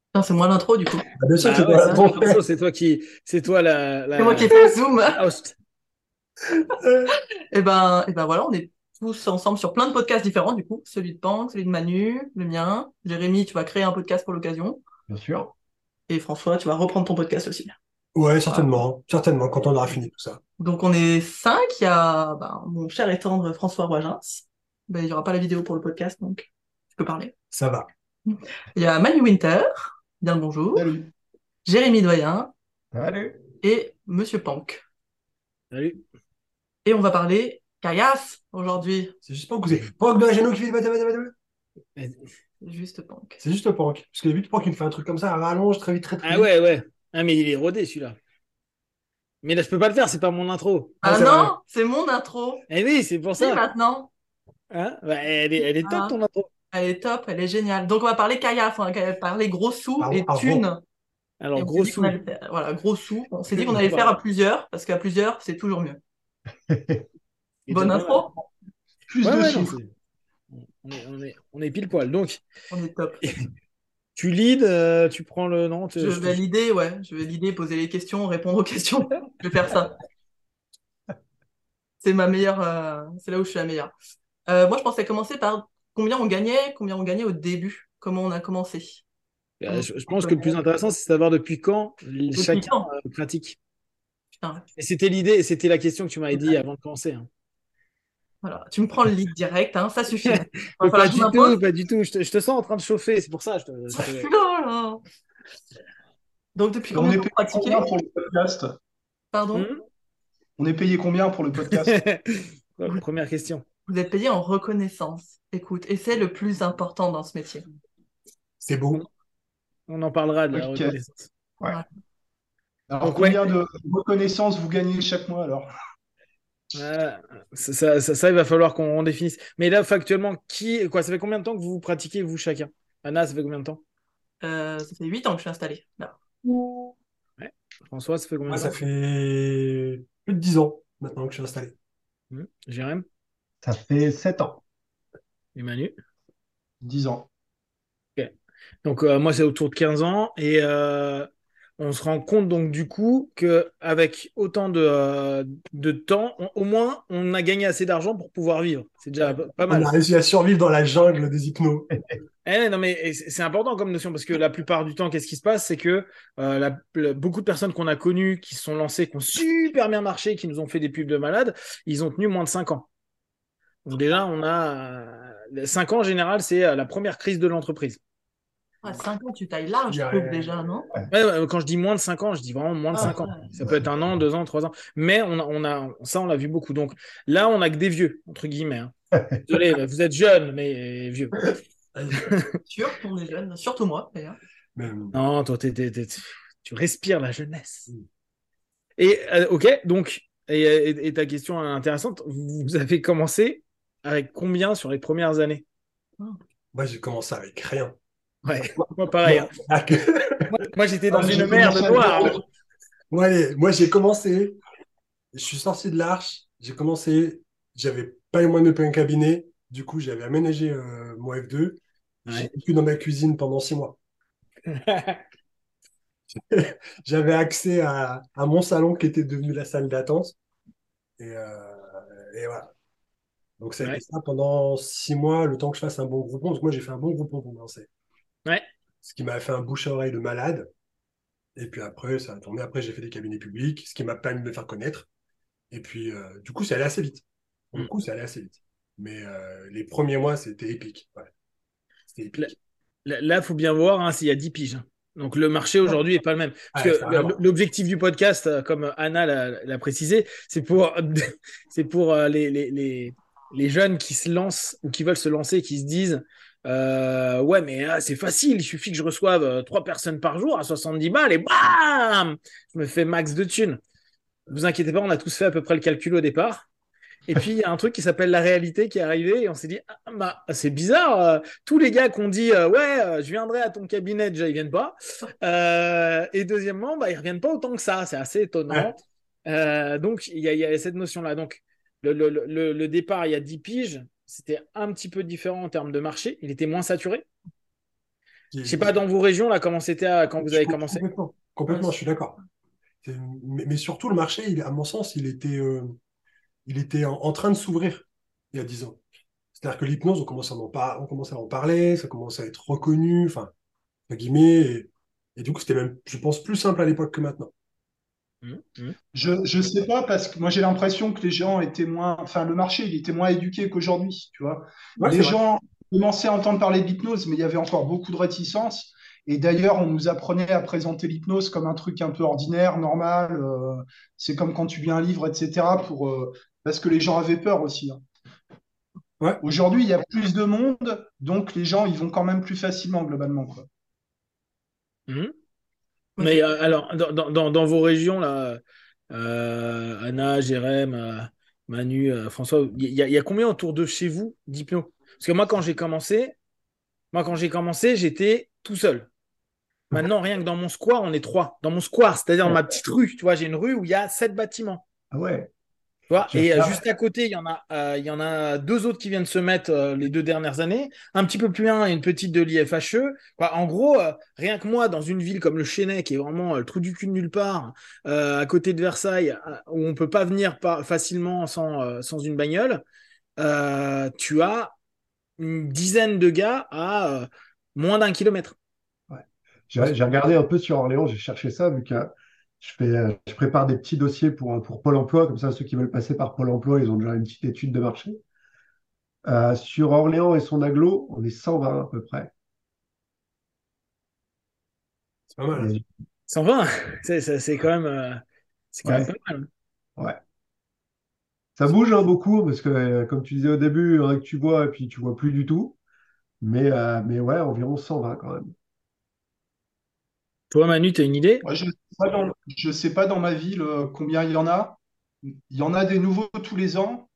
Non, c'est moi l'intro du coup. Ah, bien sûr que Bah c'est ouais, pas la c'est toi tronche. l'intro, c'est toi C'est moi qui ai fait le zoom. la host. Et ben voilà, on est tous ensemble sur plein de podcasts différents du coup. Celui de Pank, celui de Manu, le mien. Jérémy, tu vas créer un podcast pour l'occasion. Bien sûr. Et François, tu vas reprendre ton podcast aussi. Ouais, Voilà. certainement. Certainement, quand on aura fini tout ça. Donc on est cinq. Il y a mon cher et tendre François Roigins. Ben, il n'y aura pas la vidéo pour le podcast, donc tu peux parler. Ça va. Il y a Manu Winter, bien le bonjour. Salut. Jérémy Doyen Salut. et Monsieur Pank. Salut. Et on va parler caillasse aujourd'hui. C'est juste Pank ou c'est Pank de la Genou qui fait des. Juste Pank. C'est juste Pank. Parce que d'habitude, Pank, il me fait un truc comme ça, à rallonge très vite, très très Ah vite. ouais, ouais. Ah, mais il est rodé celui-là. Mais là, je peux pas le faire, c'est pas mon intro. Ah, Ah c'est vrai. non, c'est mon intro. Eh oui, c'est pour Si ça. maintenant. Hein bah, elle est top Ah, ton intro. elle est top, elle est géniale. Donc on va parler caillasse, on va parler gros sous Pardon, et pardon. thunes. Et Alors, on s'est gros dit qu'on sous. allait faire, voilà, gros sous. On s'est dit qu'on On allait le faire va- à plusieurs, parce qu'à plusieurs, c'est toujours mieux. C'est déjà Bonne pas mal. intro? Plus Ouais, de ouais, non, sous. c'est. On est pile poil. Donc, On est top. tu lead, tu prends le. Non, Je vais l'idée, ouais. Je vais l'idée, poser les questions, répondre aux questions. Je vais faire ça. C'est ma meilleure, c'est là où je suis la meilleure. Moi, je pensais commencer par combien on gagnait au début, comment on a commencé. Comment je on pense que le plus intéressant, c'est de savoir depuis quand depuis chacun quand? pratique. Putain, Et c'était l'idée, et c'était la question que tu m'avais dit avant de commencer, hein. voilà. Tu me prends le lead direct, hein, ça suffit. Il va Mais falloir pas que je du tout, m'impose. pas du tout. Je te sens en train de chauffer, c'est pour ça. Oula. Donc, depuis Et on combien de est temps payé vous combien pratiquez? pour le podcast? Pardon? Hmm. On est payé combien pour le podcast? Vous, Première question. vous êtes payé en reconnaissance. Écoute, et c'est le plus important dans ce métier. C'est On, beau. on en parlera de la Ok. reconnaissance. Ouais. Voilà. Alors, Donc ouais, combien de reconnaissance vous gagnez chaque mois alors? euh, ça, il va falloir qu'on définisse. Mais là, factuellement, quoi, ça fait combien de temps que vous pratiquez, vous, chacun? Anna, ça fait combien de temps? Ça fait 8 ans que je suis installée. Là. Ouais. François, ça fait combien Moi, de ça temps? fait plus de 10 ans maintenant que je suis installé. Jérém Ça fait 7 ans. et Manu? 10 ans. Ok. Donc moi c'est autour de 15 ans et on se rend compte donc du coup que avec autant de temps, au moins on a gagné assez d'argent pour pouvoir vivre. C'est déjà pas On a mal. réussi à survivre dans la jungle des hypnos. Non mais c'est important comme notion parce que la plupart du temps, qu'est-ce qui se passe, c'est que beaucoup de personnes qu'on a connues qui se sont lancées, qui ont super bien marché, qui nous ont fait des pubs de malades, ils ont tenu moins de 5 ans. Donc déjà on a 5 ans en général, c'est la première crise de l'entreprise. À 5 ans, tu tailles large, Il y je trouve a- déjà, non? Ouais. Ouais, ouais, quand je dis moins de 5 ans, je dis vraiment moins de Ah, 5 ans. ouais. Ça peut être 1 an, 2 ans, 3 ans. Mais ça, on l'a vu beaucoup. Donc là, on a que des vieux, entre guillemets, hein. Désolé, vous êtes jeunes, mais vieux. Sûr qu'on est jeune, surtout moi d'ailleurs. Même. Non, toi, tu respires la jeunesse. Et ok, donc, et ta question est intéressante. Vous avez commencé avec combien sur les premières années? Moi, j'ai commencé avec rien. Ouais, moi pareil, hein. Moi, ah, que- Moi, j'étais dans Ah, une j'ai merde commencé à noire, là. zéro. moi, allez, moi, j'ai commencé. Je suis sorti de l'Arche. J'ai commencé. J'avais pas les moyens de payer un cabinet. Du coup, j'avais aménagé mon F2. J'ai Ouais. vécu dans ma cuisine pendant 6 mois. J'avais accès à mon salon qui était devenu la salle d'attente. Et voilà. Donc, ça a été Ouais. ça pendant 6 mois, le temps que je fasse un bon groupon. Donc, moi, j'ai fait un bon groupon pour commencer. Ouais. Ce qui m'a fait un bouche à oreille de malade. Et puis après, ça a tourné. Après, j'ai fait des cabinets publics, ce qui m'a permis de me faire connaître. Et puis, du coup, c'est allé assez vite. Pour le Mm. coup, c'est allé assez vite. Mais les premiers mois, c'était épique. Ouais, c'était Là, épique. il faut bien voir hein, s'il y a 10 piges, hein. Donc le marché Ouais, aujourd'hui est pas le même. Parce ouais, que ça n'a rien à voir. l'objectif du podcast, comme Anna l'a précisé, c'est pour, c'est pour les jeunes qui se lancent ou qui veulent se lancer, qui se disent ouais, mais c'est facile, il suffit que je reçoive 3 personnes par jour à 70 balles et bam, je me fais max de thunes. Ne vous inquiétez pas, on a tous fait à peu près le calcul au départ. Et puis, il y a un truc qui s'appelle la réalité qui est arrivé et on s'est dit, ah, bah, c'est bizarre. Tous les gars qui ont dit, ouais, je viendrai à ton cabinet, déjà, ils viennent pas. Et deuxièmement, bah, ils reviennent pas autant que ça. C'est assez Ouais. étonnant. Donc, il y a cette notion-là. Donc, le départ, il y a 10 piges, c'était un petit peu différent en termes de marché. Il était moins saturé. Je sais pas dans vos régions là comment c'était quand vous avez commencé. Complètement, Ouais, complètement, je suis d'accord. Mais surtout, le marché, à mon sens, il était en train de s'ouvrir il y a 10 ans. C'est-à-dire que l'hypnose, on commence à en parler, ça commence à être reconnu, enfin, entre guillemets, et du coup, c'était même, je pense, plus simple à l'époque que maintenant. Mhm, mhm. Je sais pas parce que moi j'ai l'impression que les gens étaient moins, enfin le marché il était moins éduqué qu'aujourd'hui, tu vois. Ouais, Les c'est vrai. gens commençaient à entendre parler de l'hypnose, mais il y avait encore beaucoup de réticence. Et d'ailleurs, on nous apprenait à présenter l'hypnose comme un truc un peu ordinaire, normal. C'est comme quand tu lis un livre, etc. Parce que les gens avaient peur aussi, hein. Ouais, Aujourd'hui, il y a plus de monde, donc les gens ils vont quand même plus facilement globalement, quoi. Mhm. ouais, c'est Mais alors, dans vos régions, là, Anna, Jérém, Manu, François, il y a combien autour de chez vous d'hypno? Parce que moi, quand j'ai commencé, j'étais tout seul. Maintenant, rien que dans mon square, on est trois. Dans mon square, c'est-à-dire dans Ouais. ma petite rue, tu vois, j'ai une rue où il y a 7 bâtiments. Ah ouais. Tu vois, J'ai et regardé. juste à côté, il y en a deux autres qui viennent se mettre les 2 dernières années. Un petit peu plus loin, il y a une petite de l'IFHE. Quoi, en gros, rien que moi, dans une ville comme le Chesnay, qui est vraiment le trou du cul de nulle part, à côté de Versailles, où on peut pas venir facilement sans une bagnole, tu as une dizaine de gars à moins d'1 kilomètre. Ouais. ouais, J'ai regardé un peu sur Orléans, j'ai cherché ça, vu que je prépare des petits dossiers pour Pôle emploi, comme ça, ceux qui veulent passer par Pôle emploi, ils ont déjà une petite étude de marché. Sur Orléans et son aglo, on est 120 à peu près. c'est pas mal, hein. Et, 120, c'est quand même ouais, pas mal. ouais. Ça bouge hein, beaucoup, parce que, comme tu disais au début, il y en a que tu vois, et puis tu vois plus du tout. Mais ouais, environ 120 quand même. Toi, Manu, tu as une idée? Moi, je sais pas dans ma ville combien il y en a. Il y en a des nouveaux tous les ans.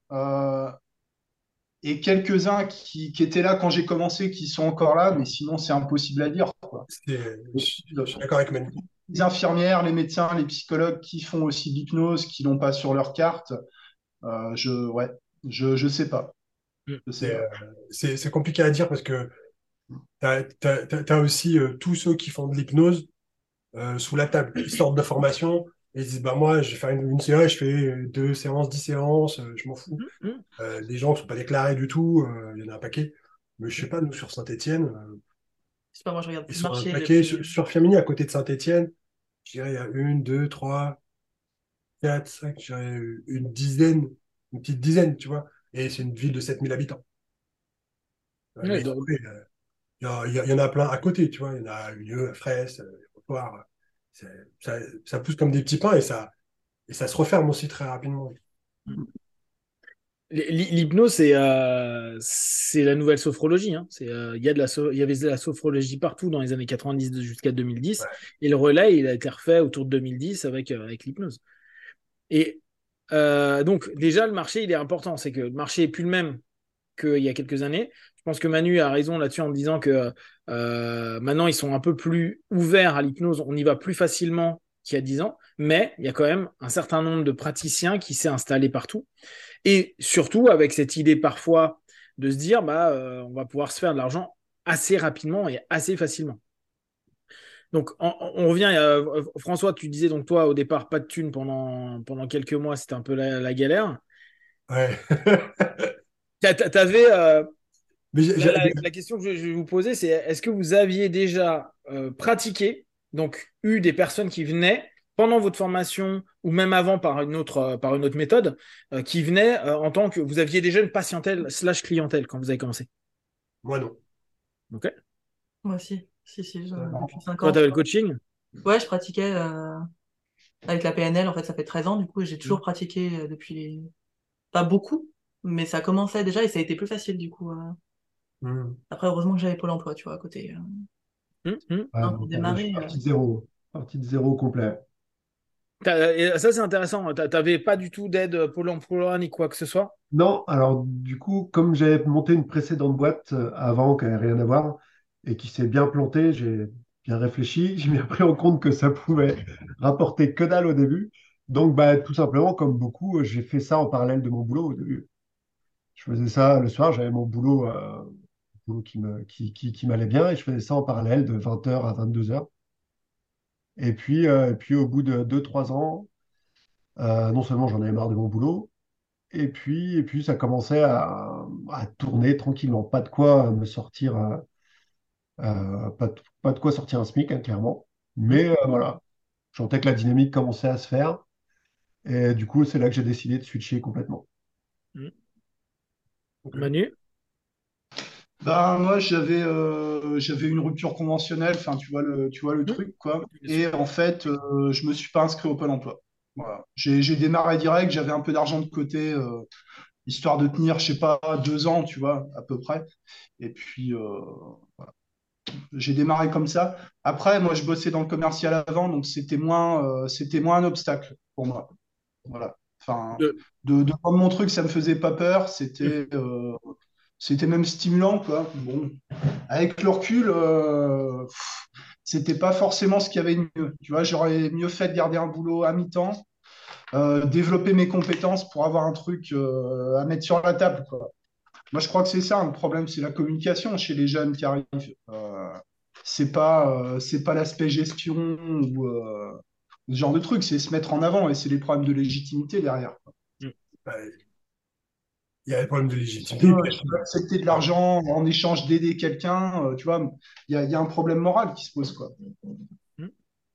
Et quelques-uns qui étaient là quand j'ai commencé, qui sont encore là, mais sinon c'est impossible à dire, quoi. Je suis d'accord avec Manu. Les infirmières, les médecins, les psychologues qui font aussi de l'hypnose, qui l'ont pas sur leur carte, ouais, je sais pas, Mm. je sais C'est pas. c'est compliqué à dire parce que t'as aussi tous ceux qui font de l'hypnose sous la table. Ils sortent de formation et ils disent, bah moi, je vais faire une séance, je fais 2 séances, 10 séances, je m'en fous. Mm, mm. Des gens qui sont pas déclarés du tout, il y en a un paquet. Mais je sais pas, nous, sur Saint-Étienne, je sais pas, moi je regarde ils plus le sont un marché paquet. depuis. Sur Firminy, à côté de Saint-Étienne, je dirais, il y a une, deux, trois, quatre, cinq, je dirais une dizaine, une petite dizaine, tu vois. Et c'est une ville de 7000 habitants. Ouais, Mais après, il y en a plein à côté, tu vois. Il y en a une à Fraisse, Aéroport. C'est- ça pousse comme des petits pains et ça se referme aussi très rapidement. l'hypnose, c'est la nouvelle sophrologie, hein. Il y avait de la sophrologie partout dans les années 90 jusqu'à 2010. Ouais. Et le relais, il a été refait autour de 2010 avec l'hypnose. Et donc, déjà, le marché, il est important. C'est que le marché est plus le même qu'il y a quelques années. Je pense que Manu a raison là-dessus en disant que maintenant, ils sont un peu plus ouverts à l'hypnose. On y va plus facilement qu'il y a 10 ans. Mais il y a quand même un certain nombre de praticiens qui s'est installé partout. Et surtout avec cette idée parfois de se dire, bah, on va pouvoir se faire de l'argent assez rapidement et assez facilement. Donc, on revient. François, tu disais donc toi, au départ, pas de thunes pendant quelques mois, c'était un peu la galère. Ouais. T'avais, Mais la question que je vais vous poser, c'est est-ce que vous aviez déjà pratiqué, donc eu des personnes qui venaient pendant votre formation ou même avant par une autre méthode, qui venaient en tant que vous aviez déjà une patientèle slash clientèle quand vous avez commencé. moi, non. Ok. Moi aussi, si, depuis 5 Toi, ans. tu avais le coaching. Ouais, je pratiquais avec la PNL, en fait, ça fait 13 ans, du coup, et j'ai toujours pratiqué depuis. Pas beaucoup, mais ça commençait déjà et ça a été plus facile, du coup. Hmm. Après, heureusement que j'avais Pôle emploi, tu vois, à côté. Hum, hum. Ouais, Pour donc, je suis démarrer. parti de zéro. Parti de zéro complet. Et ça, c'est intéressant. T'avais pas du tout d'aide Pôle emploi ni quoi que ce soit. Non, alors du coup, comme j'avais monté une précédente boîte avant qui n'avait rien à voir et qui s'est bien plantée, j'ai bien réfléchi, j'ai bien pris en compte que ça pouvait rapporter que dalle au début. Donc, bah, tout simplement, comme beaucoup, j'ai fait ça en parallèle de mon boulot au début. Je faisais ça le soir, j'avais mon boulot boulot qui m'allait bien et je faisais ça en parallèle de 20h à 22h. Et puis au bout de 2 3 ans, non seulement j'en avais marre de mon boulot, et puis ça commençait à tourner tranquillement. Pas de quoi me sortir, pas de quoi sortir un SMIC, hein, clairement. Mais voilà, je sentais que la dynamique commençait à se faire. Et du coup, c'est là que j'ai décidé de switcher complètement. Mm. Ok. Manu? Ben, moi, j'avais une rupture conventionnelle, enfin, tu vois le Mm. truc, quoi. Bien sûr. Et en fait, je me suis pas inscrit au Pôle emploi. Voilà. J'ai démarré direct, j'avais un peu d'argent de côté, histoire de tenir, je sais pas, 2 ans, tu vois, à peu près. Et puis, j'ai démarré comme ça. Après, moi, je bossais dans le commercial avant, donc c'était moins un obstacle pour moi. Voilà. Enfin, De- de vendre mon truc, ça me faisait pas peur. Mm. C'était même stimulant, quoi. Bon, avec le recul, c'était pas forcément ce qu'il y avait de mieux. Tu vois, j'aurais mieux fait de garder un boulot à mi-temps, développer mes compétences pour avoir un truc à mettre sur la table, quoi. Moi, je crois que c'est ça, le problème, c'est la communication chez les jeunes qui arrivent. C'est pas l'aspect gestion ou ce genre de truc, c'est se mettre en avant et c'est les problèmes de légitimité derrière. Mm. Bah, il y a le problème de Si légitimité. tu Et veux, puis, tu peux accepter de l'argent en échange d'aider quelqu'un, tu vois, il y a un problème moral qui se pose, quoi. Mm.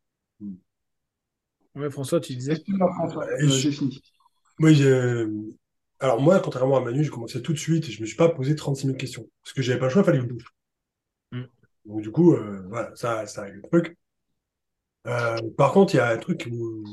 Ouais, François, tu disais? Excuse-moi, François, et j'ai fini. moi, alors moi, contrairement à Manu, j'ai commencé tout de suite et je me suis pas posé 36 000 questions. Parce que j'avais pas le choix, il fallait que je bouffe. Mm. Donc du coup, voilà, ça règle le truc. Par contre, il y a un truc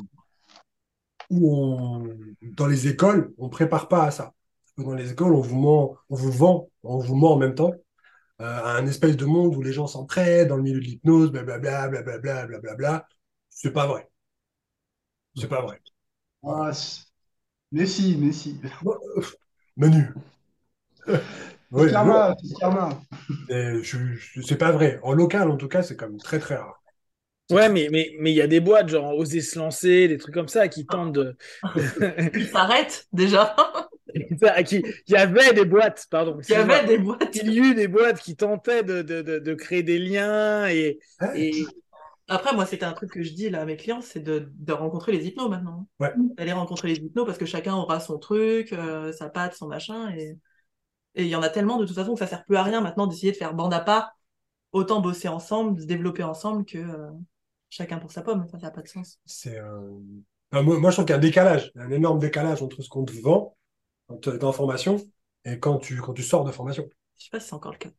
dans les écoles, on prépare pas à ça. Dans les écoles, on vous ment, on vous vend, on vous ment en même temps à un espèce de monde où les gens s'entraident dans le milieu de l'hypnose, blablabla, blablabla, blablabla. C'est pas vrai. C'est pas vrai. Voilà. Ah, mais si, mais si. Bon, Manu. C'est Ouais, karma, c'est karma. c'est pas vrai. En local, en tout cas, c'est quand même très très rare. C'est Ouais, très. mais il y a des boîtes, genre Oser se lancer, des trucs comme ça, qui tentent de... Il s'arrête déjà. Ça, il y avait des boîtes, pardon, Il y excuse-moi. avait des boîtes. Il y eut des boîtes qui tentaient de créer des liens Ouais, et... Après, moi, c'était un truc que je dis là à mes clients, c'est de rencontrer les hypnos maintenant. ouais. D'aller rencontrer les hypnos parce que chacun aura son truc, sa patte, son machin. Et il y en a tellement de toute façon que ça sert plus à rien maintenant d'essayer de faire bande à part. Autant bosser ensemble, se développer ensemble que chacun pour sa pomme. Ça n'a pas de sens. C'est enfin, moi, je trouve qu'il y a un décalage, un énorme décalage entre ce qu'on te vend quand tu es en formation et quand tu sors de formation. Je sais pas si c'est encore le cas.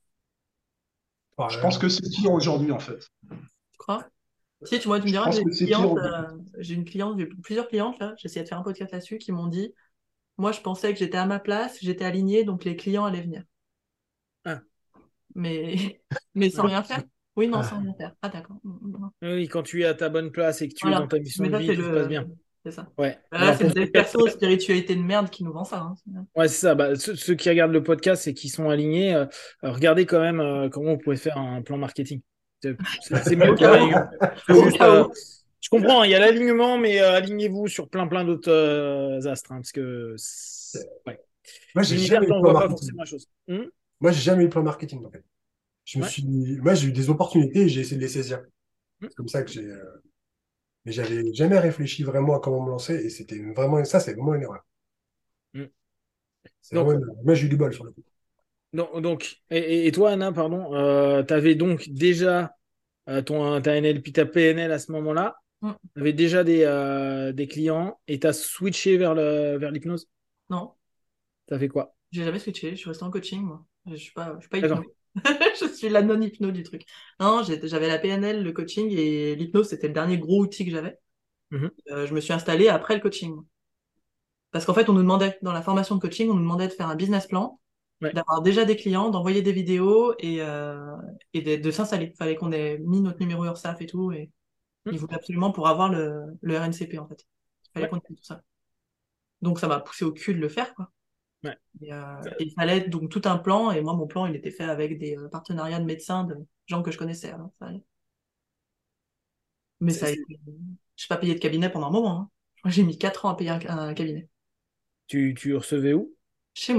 Je Enfin, pense que c'est pire aujourd'hui, en fait. Tu crois? Si, tu me Je diras, pense que c'est pire aujourd'hui. j'ai une cliente, j'ai plusieurs clientes là, j'ai essayé de faire un podcast là-dessus, qui m'ont dit, moi je pensais que j'étais à ma place, j'étais alignée, donc les clients allaient venir. Ah, Mais, mais sans rien faire? Oui, non, sans ah, rien faire. Ah d'accord. oui, quand tu es à ta bonne place et que tu es dans Voilà. ta mission Mais de ça, vie, tout se passe bien. c'est ça. Ouais. Là, Alors c'est pour une ceux dev perso, spiritualité de merde qui nous vend ça. Hein. ouais, c'est ça. Bah, ceux qui regardent le podcast et qui sont alignés, regardez quand même comment vous pouvez faire un plan marketing. C'est mieux Au qu'un cas où. alignement. Faut Au juste, cas où. je comprends, hein, il y a l'alignement, mais alignez-vous sur plein d'autres astres, hein, parce que ouais. moi, j'ai L'univers jamais eu de plan t'envoie pas marketing. forcément la chose. Moi, j'ai jamais eu de plan marketing en fait. Ouais. Moi, j'ai eu des opportunités et j'ai essayé de les saisir. Hmm. C'est comme ça que mais j'avais jamais réfléchi vraiment à comment me lancer et c'était vraiment ça, c'est vraiment une erreur. Hmm. C'est Donc, vraiment une erreur. Moi, j'ai eu du bol sur le coup. et toi, Anna, pardon, tu avais donc déjà ta PNL à ce moment-là, Mm. tu avais déjà des clients et tu as switché vers l'hypnose. Non, Tu as fait quoi? j'ai jamais switché, je suis restée en coaching, moi. Je suis pas D'accord. hypno. Je suis la non-hypno du truc. Non, j'avais la PNL, le coaching et l'hypnose, c'était le dernier gros outil que j'avais. Mhm. Je me suis installée après le coaching. Parce qu'en fait, on nous demandait, dans la formation de coaching, on nous demandait de faire un business plan, Ouais. d'avoir déjà des clients, d'envoyer des vidéos et de s'installer. Il fallait qu'on ait mis notre numéro URSAF et tout. Et Mhm. il voulait absolument pour avoir le RNCP, en fait. Il fallait Ouais. qu'on ait tout ça. Donc, ça m'a poussé au cul de le faire, quoi. Ouais. Et il fallait donc tout un plan. Et moi, mon plan, il était fait avec des partenariats de médecins, de gens que je connaissais. Alors, ça allait. Mais C'est- ça a c'est- été... Je n'ai pas payé de cabinet pendant un moment. Hein. Moi, j'ai mis 4 ans à payer un cabinet. tu recevais où? Chez moi.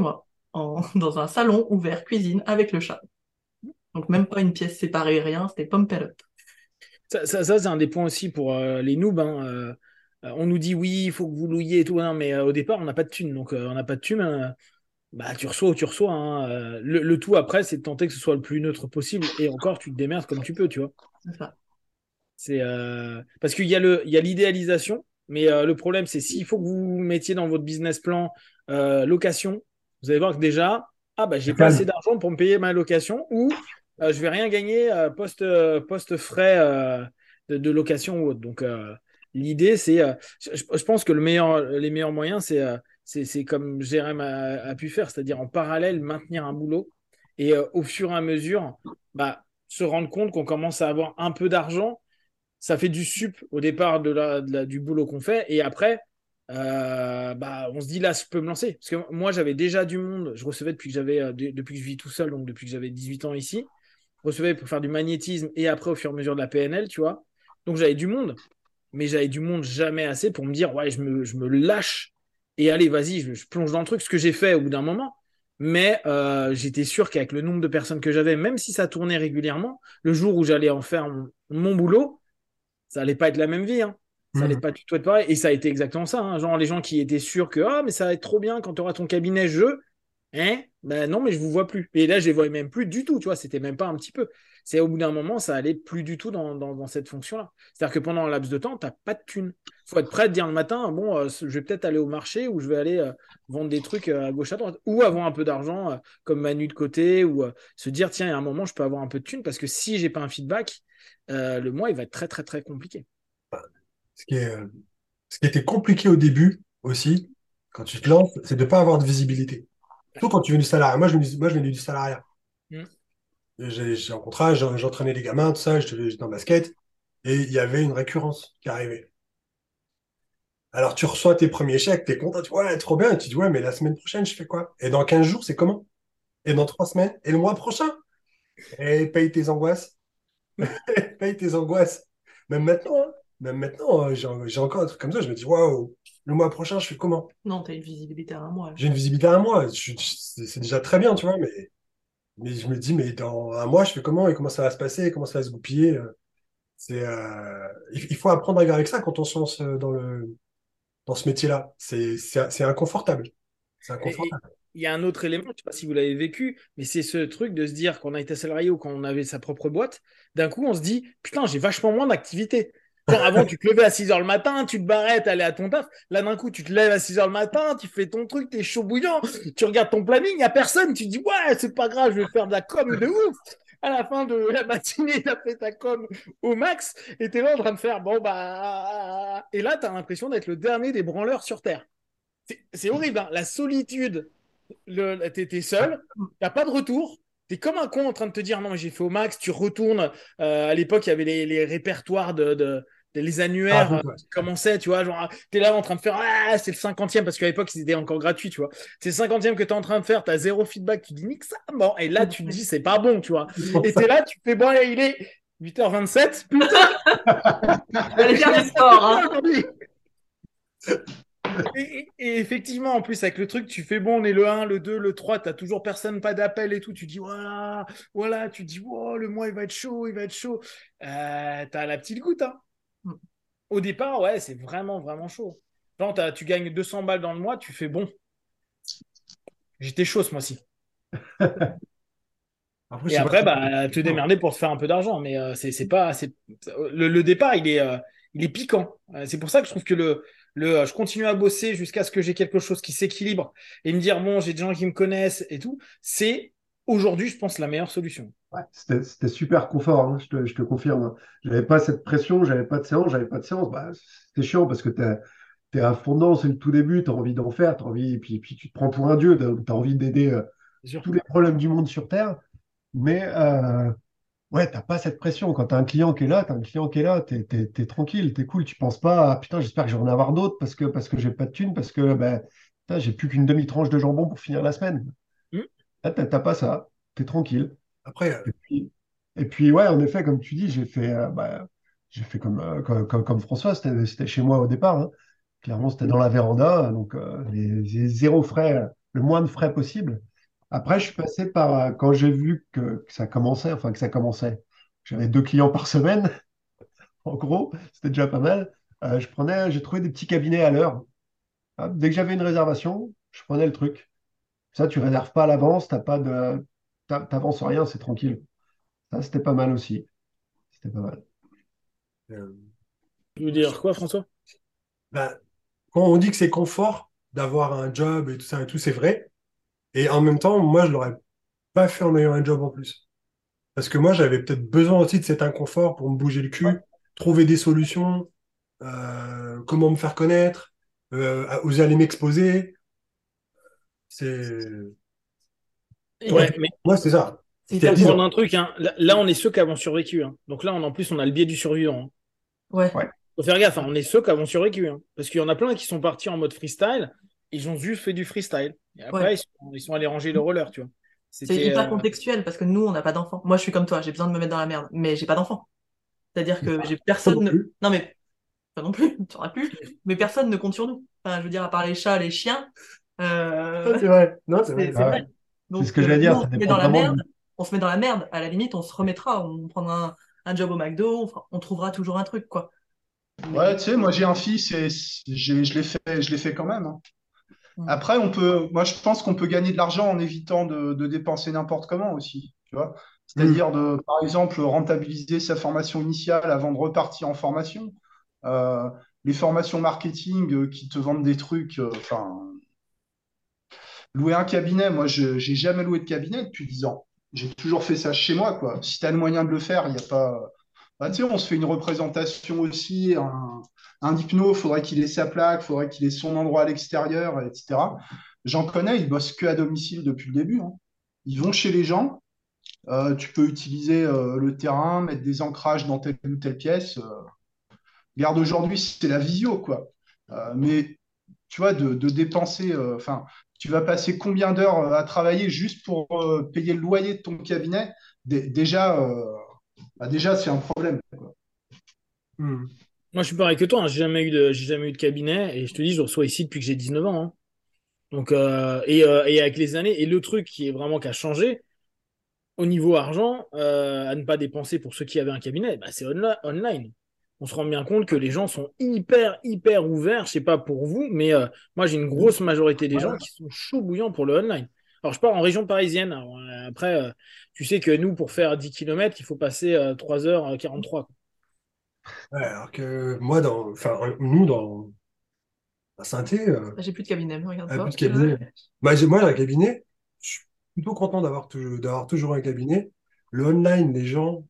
dans un salon ouvert, cuisine, avec le chat. Donc même pas une pièce séparée, rien, c'était pump it up. Ça, c'est un des points aussi pour les noobs, hein. On nous dit oui, il faut que vous louiez et tout, hein, mais au départ, on n'a pas de thunes. Donc, on n'a pas de thunes. Bah, tu reçois ou tu reçois, hein. Le tout après, c'est de tenter que ce soit le plus neutre possible. Et encore, tu te démerdes comme tu peux, tu vois. C'est ça. Parce il y a l'idéalisation, mais le problème, c'est s'il faut que vous mettiez dans votre business plan location, vous allez voir que déjà, ah bah j'ai pas assez Calme. d'argent pour me payer ma location ou je vais rien gagner post frais de location ou autre. Donc l'idée, c'est, je pense que les meilleurs moyens, c'est comme Jérém a pu faire, c'est-à-dire en parallèle maintenir un boulot et au fur et à mesure, bah, se rendre compte qu'on commence à avoir un peu d'argent, ça fait du sup au départ du boulot qu'on fait. Et après, bah, on se dit là, je peux me lancer. Parce que moi, j'avais déjà du monde. Je recevais depuis que je vis tout seul, donc depuis que j'avais 18 ans ici. Je recevais pour faire du magnétisme et après, au fur et à mesure de la PNL, tu vois. Donc, j'avais du monde. Mais j'avais du monde jamais assez pour me dire, ouais, je me lâche et allez, vas-y, je plonge dans le truc. Ce que j'ai fait au bout d'un moment. Mais j'étais sûr qu'avec le nombre de personnes que j'avais, même si ça tournait régulièrement, le jour où j'allais en faire mon boulot, ça allait pas être la même vie, hein. Ça allait Mhm. pas du tout être pareil. Et ça a été exactement ça, hein. Genre, les gens qui étaient sûrs que ah, mais ça va être trop bien quand tu auras ton cabinet jeu. Hein? Ben non, mais je vous vois plus. Et là, je les voyais même plus du tout, tu vois. C'était même pas un petit peu. C'est au bout d'un moment, ça allait plus du tout dans cette fonction-là. C'est-à-dire que pendant un laps de temps, tu n'as pas de thune. Il faut être prêt à te dire le matin, bon, je vais peut-être aller au marché ou je vais aller vendre des trucs à gauche à droite. Ou avoir un peu d'argent comme Manu de côté ou se dire, tiens, il y a un moment, je peux avoir un peu de thune parce que si j'ai pas un feedback, le mois, il va être très, très, très compliqué. Ce qui est, ce qui était compliqué au début aussi, quand tu te lances, c'est de ne pas avoir de visibilité. Surtout quand tu viens du salariat. Moi, je venais du salariat. Mm. J'ai un contrat, j'entraînais les gamins, tout ça, j'étais en basket, et il y avait une récurrence qui arrivait. Alors, tu reçois tes premiers chèques, t'es content, tu vois, ouais, trop bien, et tu dis, ouais, mais la semaine prochaine, je fais quoi? Et dans 15 jours, c'est comment? Et dans 3 semaines? Et le mois prochain? Et paye tes angoisses. Paye tes angoisses. Même maintenant, hein. Même maintenant, j'ai encore un truc comme ça, je me dis, waouh, le mois prochain, je fais comment? Non, t'as une visibilité à un mois, là. J'ai une visibilité à un mois, c'est déjà très bien, tu vois, mais je me dis, mais dans un mois, je fais comment? Et comment ça va se passer? Comment ça va se goupiller? Il faut apprendre à vivre avec ça quand on se lance dans ce métier-là. C'est inconfortable. C'est Et inconfortable. il y a un autre élément, je ne sais pas si vous l'avez vécu, mais c'est ce truc de se dire qu'on a été salarié ou quand on avait sa propre boîte, d'un coup on se dit, putain, j'ai vachement moins d'activité. Genre avant, tu te levais à 6 heures le matin, tu te barrais, t'allais à ton taf. Là, d'un coup, tu te lèves à 6 heures le matin, tu fais ton truc, t'es chaud bouillant, tu regardes ton planning, il n'y a personne, tu te dis, ouais, c'est pas grave, je vais faire de la com de ouf. À la fin de la matinée, tu as fait ta com au max et tu es là en train de faire, bon, bah. Et là, tu as l'impression d'être le dernier des branleurs sur Terre. C'est horrible, hein. La solitude, t'es seul, t'as pas de retour, t'es comme un con en train de te dire non, mais j'ai fait au max, tu retournes. À l'époque, il y avait les répertoires les Ah, annuaires donc, ouais. qui commençaient, tu vois, genre, t'es là en train de faire, ah, c'est le 50e, parce qu'à l'époque, c'était encore gratuit, tu vois. C'est le 50e que t'es en train de faire, t'as zéro feedback, tu dis, nique ça, bon, et là, tu te dis, c'est pas bon, tu vois. C'est pour Et ça. t'es là, tu fais, bon, il est 8h27, putain, Allez je faire vais du sport, faire hein. aujourd'hui. Et effectivement, en plus, avec le truc, tu fais bon, on est le 1, le 2, le 3, t'as toujours personne, pas d'appel et tout. Tu dis, voilà, voilà, tu dis, wow, le mois, il va être chaud, il va être chaud. T'as la petite goutte, hein. Au départ, ouais, c'est vraiment, vraiment chaud. Genre, tu gagnes 200 balles dans le mois, tu fais bon, j'étais chaud ce mois-ci. Après, je Et sais pas. après, bah, te démerder pour te faire un peu d'argent. Mais c'est pas. Le départ, il est piquant. C'est pour ça que je trouve que je continue à bosser jusqu'à ce que j'ai quelque chose qui s'équilibre et me dire, bon, j'ai des gens qui me connaissent et tout. C'est aujourd'hui, je pense, la meilleure solution. Ouais, c'était super confort, hein, je te confirme, hein. J'avais pas cette pression, j'avais pas de séance, j'avais pas de séance. Bah, c'était chiant parce que t'es à fond dedans, c'est le tout début, tu as envie d'en faire, puis tu te prends pour un dieu, tu as envie d'aider C'est sûr. tous les problèmes du monde sur Terre. Mais ouais, t'as pas cette pression. Quand tu as un client qui est là, tu un client qui est là, t'es tranquille, t'es cool. Tu penses pas, ah, putain, j'espère que je vais en avoir d'autres parce que j'ai pas de thunes, parce que ben, putain, j'ai plus qu'une demi-tranche de jambon pour finir la semaine. Hmm. Là, t'as pas ça. T'es tranquille. Après, Et puis, ouais, en effet, comme tu dis, j'ai fait comme François, c'était chez moi au départ, hein. Clairement, c'était dans la véranda, donc zéro frais, le moins de frais possible. Après, je suis passé par, quand j'ai vu que ça commençait, enfin que ça commençait, j'avais 2 clients par semaine, en gros, c'était déjà pas mal. J'ai trouvé des petits cabinets à l'heure. Hop, dès que j'avais une réservation, je prenais le truc. Ça, tu réserves pas à l'avance, t'avances rien, c'est tranquille. Ça, c'était pas mal aussi. C'était pas mal. Euh, Tu veux dire quoi, François? bah, quand on dit que c'est confort d'avoir un job et tout ça et tout, c'est vrai. Et en même temps, moi, je l'aurais pas fait en ayant un job en plus. Parce que moi, j'avais peut-être besoin aussi de cet inconfort pour me bouger le Ouais. cul, trouver des solutions, comment me faire connaître, oser aller m'exposer. C'est... Et Ouais, mais Moi, c'est ça. c'est C'était il y a hyper 10 comprendre ans. un truc, hein. Là, on est ceux qui avons survécu, hein. Donc là, en plus, on a le biais du survivant, hein. ouais. Ouais. Faut faire gaffe, hein. On est ceux qui avons survécu, hein. Parce qu'il y en a plein qui sont partis en mode freestyle, ils ont juste fait du freestyle. Et après, Ouais. ils sont allés ranger le roller, tu vois. C'est C'était. hyper contextuel parce que nous, on n'a pas d'enfants. Moi, je suis comme toi, j'ai besoin de me mettre dans la merde, mais j'ai pas d'enfants. C'est-à-dire que j'ai Moi non personne. plus. Non, mais pas non plus, tu en as plus, mais personne ne compte sur nous. Enfin, je veux dire, à part les chats, les chiens, Ah, euh, c'est vrai. Non, c'est vrai. c'est Ah ouais. vrai. C'est ce Donc, que j'allais nous, dire, on ça se met dépend dans la vraiment merde, de... on se met dans la merde. À la limite, on se remettra, on prendra un job au McDo, on trouvera toujours un truc, quoi. Ouais, Mais tu sais, moi j'ai un fils et je l'ai fait quand même, hein. Après, moi je pense qu'on peut gagner de l'argent en évitant de dépenser n'importe comment aussi, tu vois. Hmm. C'est-à-dire par exemple, rentabiliser sa formation initiale avant de repartir en formation. Euh, les formations marketing qui te vendent des trucs, enfin, louer un cabinet, moi j'ai jamais loué de cabinet depuis 10 ans. J'ai toujours fait ça chez moi, quoi. Si tu as le moyen de le faire, il n'y a pas. Bah, tu sais, on se fait une représentation aussi. Un hypno, faudrait qu'il ait sa plaque, faudrait qu'il ait son endroit à l'extérieur, etc. J'en connais, ils bossent que à domicile depuis le début, hein. Ils vont chez les gens. Tu peux utiliser le terrain, mettre des ancrages dans telle ou telle pièce. Regarde, aujourd'hui, c'est la visio, quoi. Mais tu vois, de dépenser, enfin, tu vas passer combien d'heures à travailler juste pour payer le loyer de ton cabinet? Déjà, déjà c'est un problème, quoi. Hmm. Moi, je suis pareil que toi, hein. J'ai jamais eu de cabinet et je te dis, je reçois ici depuis que j'ai 19 ans, hein. Donc, et avec les années, et le truc qui est vraiment qui a changé au niveau argent, à ne pas dépenser pour ceux qui avaient un cabinet, bah, c'est online. On se rend bien compte que les gens sont hyper, hyper ouverts. Je sais pas pour vous, mais moi, j'ai une grosse majorité des gens qui sont chauds bouillants pour le online. Alors, je pars en région parisienne. Alors, après, tu sais que nous, pour faire 10 kilomètres, il faut passer 3h43, quoi. Ouais, alors que moi, nous, à Saint-Étienne, j'ai plus de cabinet, mais plus de regarde-toi. cabinet. Bah, moi, j'ai un cabinet. Je suis plutôt content d'avoir toujours un cabinet. Le online, les gens,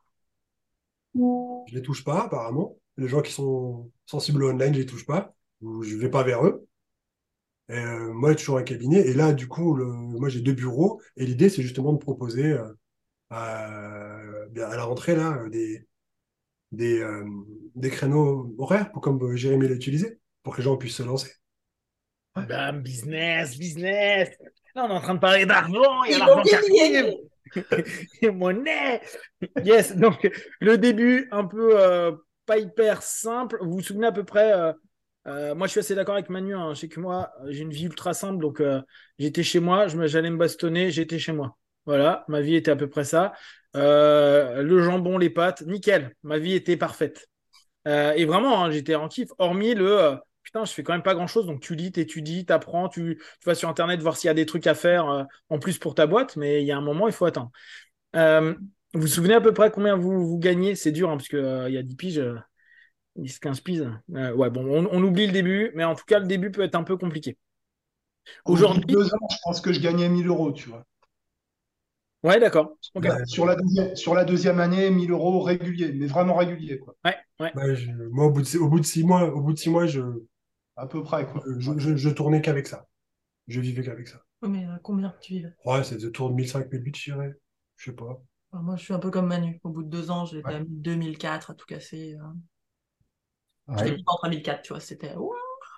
je les touche pas, apparemment. Les gens qui sont sensibles au online, je les touche pas. Ou je vais pas vers eux. Moi, j'ai toujours un cabinet. Et là, du coup, moi, j'ai 2 bureaux. Et l'idée, c'est justement de proposer bien, à la rentrée, là, des, euh, des créneaux horaires, comme Jérémy l'a utilisé, pour que les gens puissent se lancer. Bam, business, business. Là, on est en train de parler d'argent, il y a l'argent qui arrive. Immobilier! Et monnaie. Yes, donc le début, un peu pas hyper simple. Vous vous souvenez à peu près moi, je suis assez d'accord avec Manu, hein. Je sais que moi, j'ai une vie ultra simple, donc j'étais chez moi, j'allais me bastonner, j'étais chez moi. Voilà, ma vie était à peu près ça. Le jambon, les pâtes, nickel. Ma vie était parfaite. Et vraiment, hein, j'étais en kiff, hormis le putain, je fais quand même pas grand-chose. Donc tu lis, t'étudies, t'apprends, tu vas sur Internet voir s'il y a des trucs à faire en plus pour ta boîte, mais il y a un moment, il faut attendre. Euh, vous vous souvenez à peu près combien vous gagnez? C'est dur, hein, parce qu'il il y a 10 piges, 10, 15 piges. Ouais, bon, on oublie le début, mais en tout cas, le début peut être un peu compliqué. Au bout de Aujourd'hui, 2 ans, je pense que je gagnais 1 000 euros, tu vois. ouais, d'accord. Ok. Ouais, Sur la deuxième année, 1 000 euros réguliers, mais vraiment réguliers, quoi. Ouais, ouais, moi, au bout de 6 mois, À peu près, quoi. Ouais. je tournais qu'avec ça. Je vivais qu'avec ça. Oh, mais combien tu vives? Ouais, c'est autour de 1005, 1008, je dirais. Je sais pas. Alors, moi, je suis un peu comme Manu. Au bout de 2 ans, j'étais Ouais. à 2004 à tout casser. J'étais Ouais, content à 1004, tu vois. C'était. Ouah.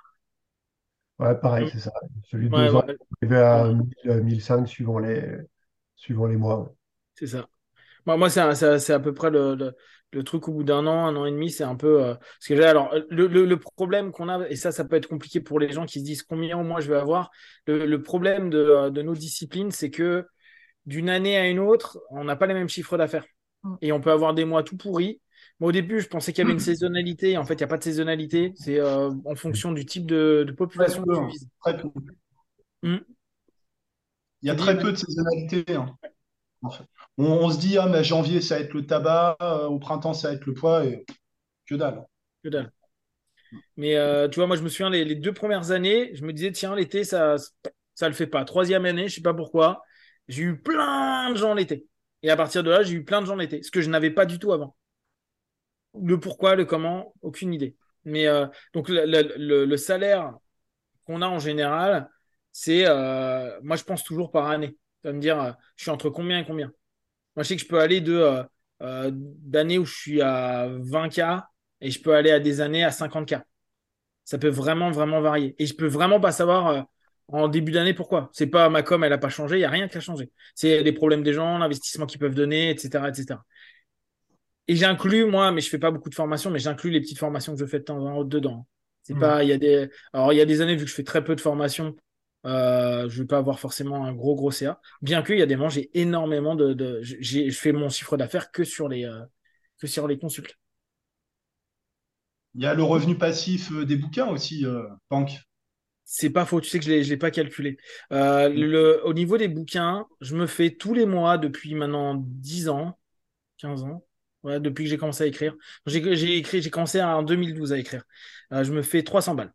ouais, pareil, c'est ça. Celui de ouais, 2 ans, ouais, il est arrivé ouais, à 1000, 1005 suivant les mois. c'est ça. Moi, c'est à peu près le truc au bout d'un an, un an et demi, c'est un peu. Parce que alors, le problème qu'on a, et ça peut être compliqué pour les gens qui se disent combien au moins je vais avoir. Le problème de nos disciplines, c'est que d'une année à une autre, on n'a pas les mêmes chiffres d'affaires. Mm. Et on peut avoir des mois tout pourris. Moi, au début, je pensais qu'il y avait une saisonnalité. En fait, il n'y a pas de saisonnalité. C'est en fonction du type de Très population que peu, tu hein. vises. Très peu. Hmm. Il y Tu a dis, très peu de saisonnalité, hein, en fait. On se dit, ah, mais janvier, ça va être le tabac, au printemps, ça va être le poids, et que dalle. que dalle. Mais tu vois, moi, je me souviens, les 2 premières années, je me disais, tiens, l'été, ça le fait pas. Troisième année, je sais pas pourquoi, j'ai eu plein de gens l'été. Et à partir de là, j'ai eu plein de gens l'été, ce que je n'avais pas du tout avant. Le pourquoi, le comment, aucune idée. Mais donc, le salaire qu'on a en général, c'est, moi, je pense toujours par année. Tu vas me dire, je suis entre combien et combien. Moi, je sais que je peux aller d'années où je suis à 20K et je peux aller à des années à 50K. Ça peut vraiment, vraiment varier. Et je peux vraiment pas savoir en début d'année pourquoi. C'est pas ma com, elle a pas changé, il n'y a rien qui a changé. C'est les problèmes des gens, l'investissement qu'ils peuvent donner, etc., etc. Et j'inclus, moi, mais je fais pas beaucoup de formations, mais j'inclus les petites formations que je fais de temps en temps dedans. C'est pas, alors il y a des années, vu que je fais très peu de formations, je vais pas avoir forcément un gros CA. Bien qu'il y a des moments, j'ai énormément je fais mon chiffre d'affaires que sur les consultes. Il y a le revenu passif des bouquins aussi, Pank. C'est pas faux, tu sais que je l'ai pas calculé. Au niveau des bouquins, je me fais tous les mois depuis maintenant 10 ans, 15 ans, ouais, depuis que j'ai commencé à écrire. J'ai commencé en 2012 à écrire. Je me fais 300 balles,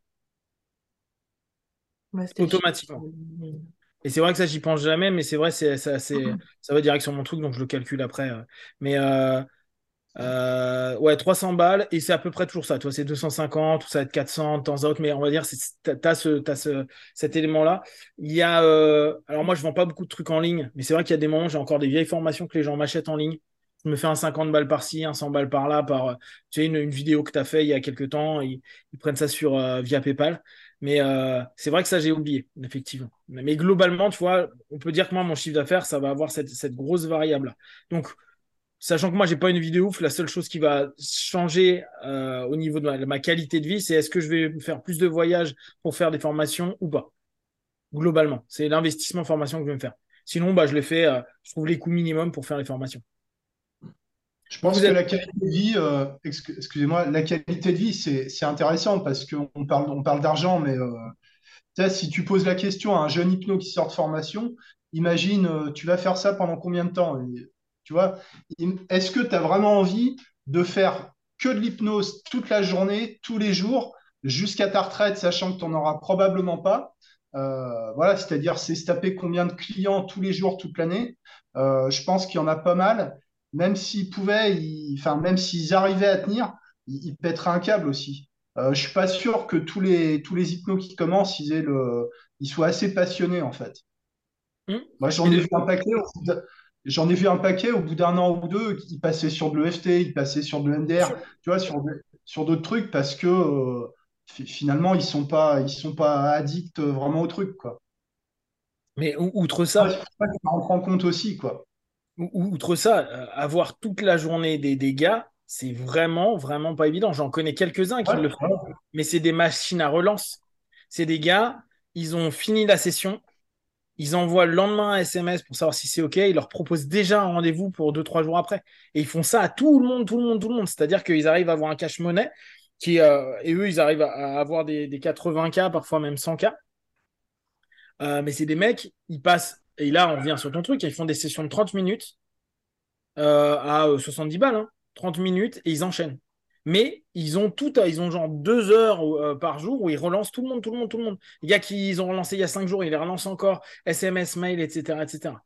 Ouais, c'était chiant. automatiquement. Et c'est vrai que ça, j'y pense jamais, mais c'est vrai, ça va direct sur mon truc, donc je le calcule après. Mais ouais, 300 balles, et c'est à peu près toujours ça. Toi, c'est 250, ou ça va être 400 de temps à autre, mais on va dire, cet élément-là. Il y a, alors moi, je vends pas beaucoup de trucs en ligne, mais c'est vrai qu'il y a des moments, j'ai encore des vieilles formations que les gens m'achètent en ligne. Je me fais un 50 balles par-ci, un 100 balles par-là, tu sais, une vidéo que tu as fait il y a quelques temps, ils prennent ça via PayPal. Mais c'est vrai que ça, j'ai oublié, effectivement. Mais globalement, tu vois, on peut dire que moi, mon chiffre d'affaires, ça va avoir cette grosse variable-là. Donc, sachant que moi, j'ai pas une vie de ouf, la seule chose qui va changer au niveau de ma qualité de vie, c'est est-ce que je vais faire plus de voyages pour faire des formations ou pas. Globalement, c'est l'investissement formation que je vais me faire. Sinon, bah, je trouve les coûts minimums pour faire les formations. Je Vous, pense vous que êtes. la qualité de vie, excusez-moi, la qualité de vie, c'est intéressant parce qu'on parle d'argent, mais tu sais, si tu poses la question à un jeune hypno qui sort de formation, imagine, tu vas faire ça pendant combien de temps? Et, tu vois, est-ce que tu as vraiment envie de faire que de l'hypnose toute la journée, tous les jours, jusqu'à ta retraite, sachant que tu n'en auras probablement pas? Voilà, c'est-à-dire, c'est se taper combien de clients tous les jours, toute l'année. Je pense qu'il y en a pas mal. Même s'ils pouvaient, enfin, même s'ils arrivaient à tenir, ils pèteraient un câble aussi. Je suis pas sûr que tous les hypnos qui commencent, ils soient assez passionnés en fait. Hmm. Moi, Mais j'en ai vu un paquet. J'en ai vu un paquet au bout d'un an ou deux, ils passaient sur de l'EFT, ils passaient sur de l'EMDR, tu vois, sur d'autres trucs parce que finalement, ils sont pas addicts vraiment au truc, quoi. outre Ouais, ça, c'est pour ça que ça rentre en compte aussi, quoi. outre ça, avoir toute la journée des dégâts, c'est vraiment, vraiment pas évident. J'en connais quelques-uns qui Ouais, le font, mais c'est des machines à relance. C'est des gars, ils ont fini la session, ils envoient le lendemain un SMS pour savoir si c'est OK. Ils leur proposent déjà un rendez-vous pour 2, 3 jours après. Et ils font ça à tout le monde, tout le monde, tout le monde. C'est-à-dire qu'ils arrivent à avoir un cash-money et eux, ils arrivent à avoir des 80K, parfois même 100K. Mais c'est des mecs, ils passent, et là, on revient sur ton truc, ils font des sessions de 30 minutes à 70 balles, hein, 30 minutes, et ils enchaînent. Mais ils ont genre 2 heures par jour où ils relancent tout le monde, tout le monde, tout le monde. Les gars qui ils ont relancé il y a 5 jours, ils les relancent encore, SMS, mail, etc., etc.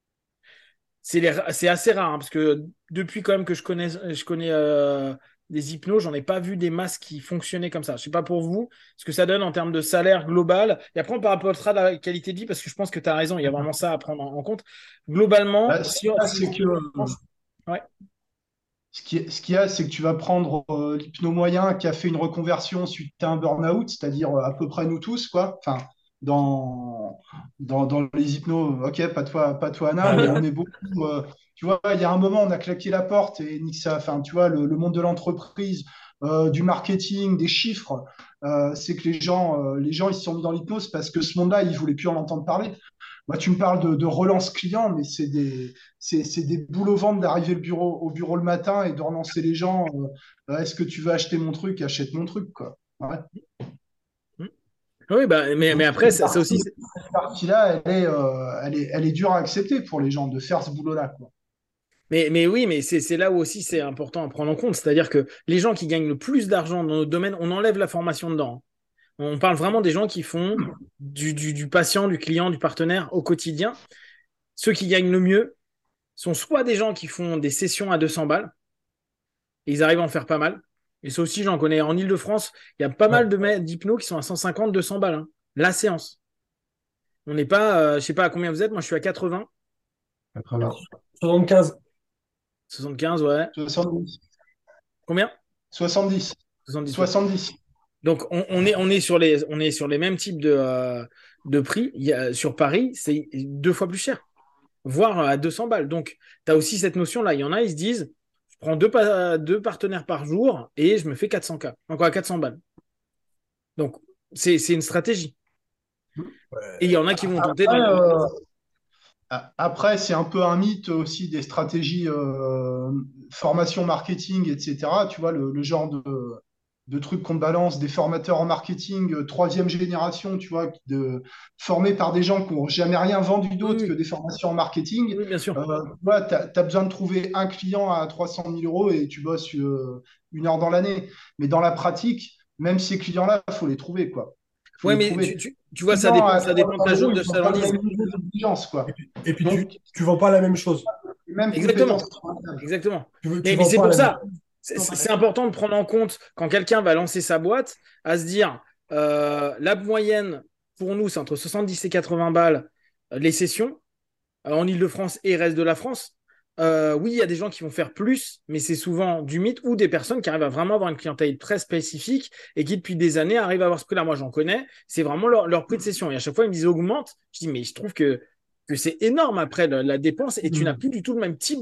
C'est assez rare, hein, parce que depuis quand même que je connais des hypnos, j'en ai pas vu des masses qui fonctionnaient comme ça. Je sais pas pour vous ce que ça donne en termes de salaire global. Et après, on par rapport à la qualité de vie, parce que je pense que tu as raison, il y a vraiment ça à prendre en compte. Globalement, Là, ce qu'il y a, c'est que ouais, c'est que tu vas prendre l'hypno moyen qui a fait une reconversion suite à un burn-out, c'est-à-dire à peu près nous tous, quoi. Enfin, dans les hypnos, ok, pas toi, Anna, mais on est beaucoup. Tu vois, il y a un moment, on a claqué la porte et nique ça. Enfin, tu vois, le monde de l'entreprise, du marketing, des chiffres, c'est que les gens, ils se sont mis dans l'hypnose parce que ce monde-là, ils voulaient plus en entendre parler. Moi, tu me parles de relance client, mais c'est des boules au ventre d'arriver au bureau le matin et de relancer les gens. Est-ce que tu veux acheter mon truc? Achète mon truc, quoi. Ouais. Hmm. Oui, bah, mais Donc, après, ça aussi, cette partie-là, elle est dure à accepter pour les gens de faire ce boulot-là, quoi. mais oui, mais c'est là où aussi c'est important à prendre en compte. C'est-à-dire que les gens qui gagnent le plus d'argent dans notre domaine, on enlève la formation dedans. On parle vraiment des gens qui font du patient, du client, du partenaire au quotidien. Ceux qui gagnent le mieux sont soit des gens qui font des sessions à 200 balles, et ils arrivent à en faire pas mal. Et ça aussi, j'en connais. En Ile-de-France, il y a pas Ouais. mal d'hypnos qui sont à 150, 200 balles, hein, la séance. On n'est pas, je sais pas à combien vous êtes, moi je suis à 80, 80. 75. 75, ouais. 70. Combien? 70. 70, ouais. 70. Donc on est sur les mêmes types de prix. Sur Paris, c'est 2 fois plus cher, voire à 200 balles. Donc tu as aussi cette notion-là. Il y en a, ils se disent, je prends deux partenaires par jour et je me fais 400K, encore à 400 balles. Donc c'est une stratégie. Et il y en a qui vont tenter Après, dans. après, c'est un peu un mythe aussi des stratégies formation marketing, etc. Tu vois, le genre de trucs qu'on te balance, des formateurs en marketing, troisième génération, tu vois, formés par des gens qui n'ont jamais rien vendu Oui, d'autre que oui, des formations en marketing. oui, bien sûr. Voilà, tu as besoin de trouver un client à 300 000 euros et tu bosses 1 heure dans l'année. Mais dans la pratique, même ces clients-là, il faut les trouver, quoi. Il faut Ouais, les mais trouver. tu vois, Clients à ça dépend de 300 ta euros, zone de ils n'ont pas le chalandise. même niveau d'exigence, quoi. Et puis Donc, tu vends pas la même chose. les mêmes Exactement. compétences. Exactement. Tu Mais vends c'est pas pour la même ça, chose. c'est important de prendre en compte quand quelqu'un va lancer sa boîte, à se dire, la moyenne pour nous, c'est entre 70 et 80 balles les sessions en Ile-de-France et reste de la France. Oui, il y a des gens qui vont faire plus, mais c'est souvent du mythe ou des personnes qui arrivent à vraiment avoir une clientèle très spécifique et qui, depuis des années, arrivent à avoir ce prix-là. Moi, j'en connais, c'est vraiment leur prix de session. Et à chaque fois, ils me disent augmente. Je dis, mais je trouve que c'est énorme après la dépense et tu n'as plus du tout le même type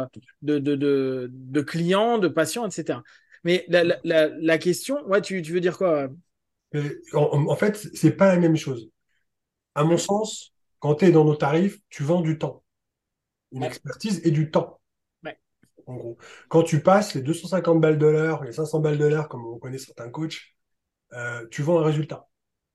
de clients, de patients, etc. Mais la question, ouais, tu veux dire quoi? En fait, c'est pas la même chose. À mon Hmm. sens, quand tu es dans nos tarifs, tu vends du temps, une Ouais, expertise et du temps, ouais, en gros. Quand tu passes les 250 balles de l'heure, les 500 balles de l'heure, comme on connaît certains coachs, tu vends un résultat.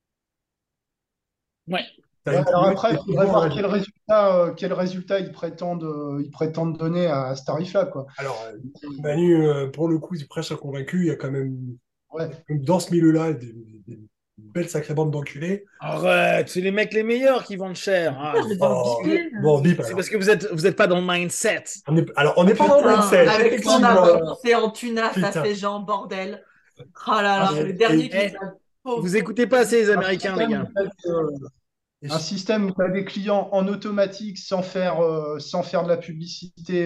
ouais. Tu as Ouais, une alors prouesse après, et il tu faudrait vends un voir résultat. quel résultat ils prétendent donner à ce tarif-là, quoi. Alors, Manu, pour le coup, il prêche à convaincu. Il y a quand même, Ouais. dans ce milieu-là, des belles sacrées bandes d'enculés. Arrête, c'est les mecs les meilleurs qui vendent cher. Ah, je l'ai bien Oh, bipé. bon, bip C'est alors. parce que vous êtes pas dans le mindset. Alors, on n'est pas dans le Putain, mindset, avec ce qu'on a effectivement. dépensé en tuna, ça Putain. fait genre bordel. Oh là Un, là, Eh, le Et, dernier qui eh, nous a vous pauvre. écoutez pas assez les un Américains, les système gars. où t'as et un je- système où tu as des clients en automatique sans faire de la publicité.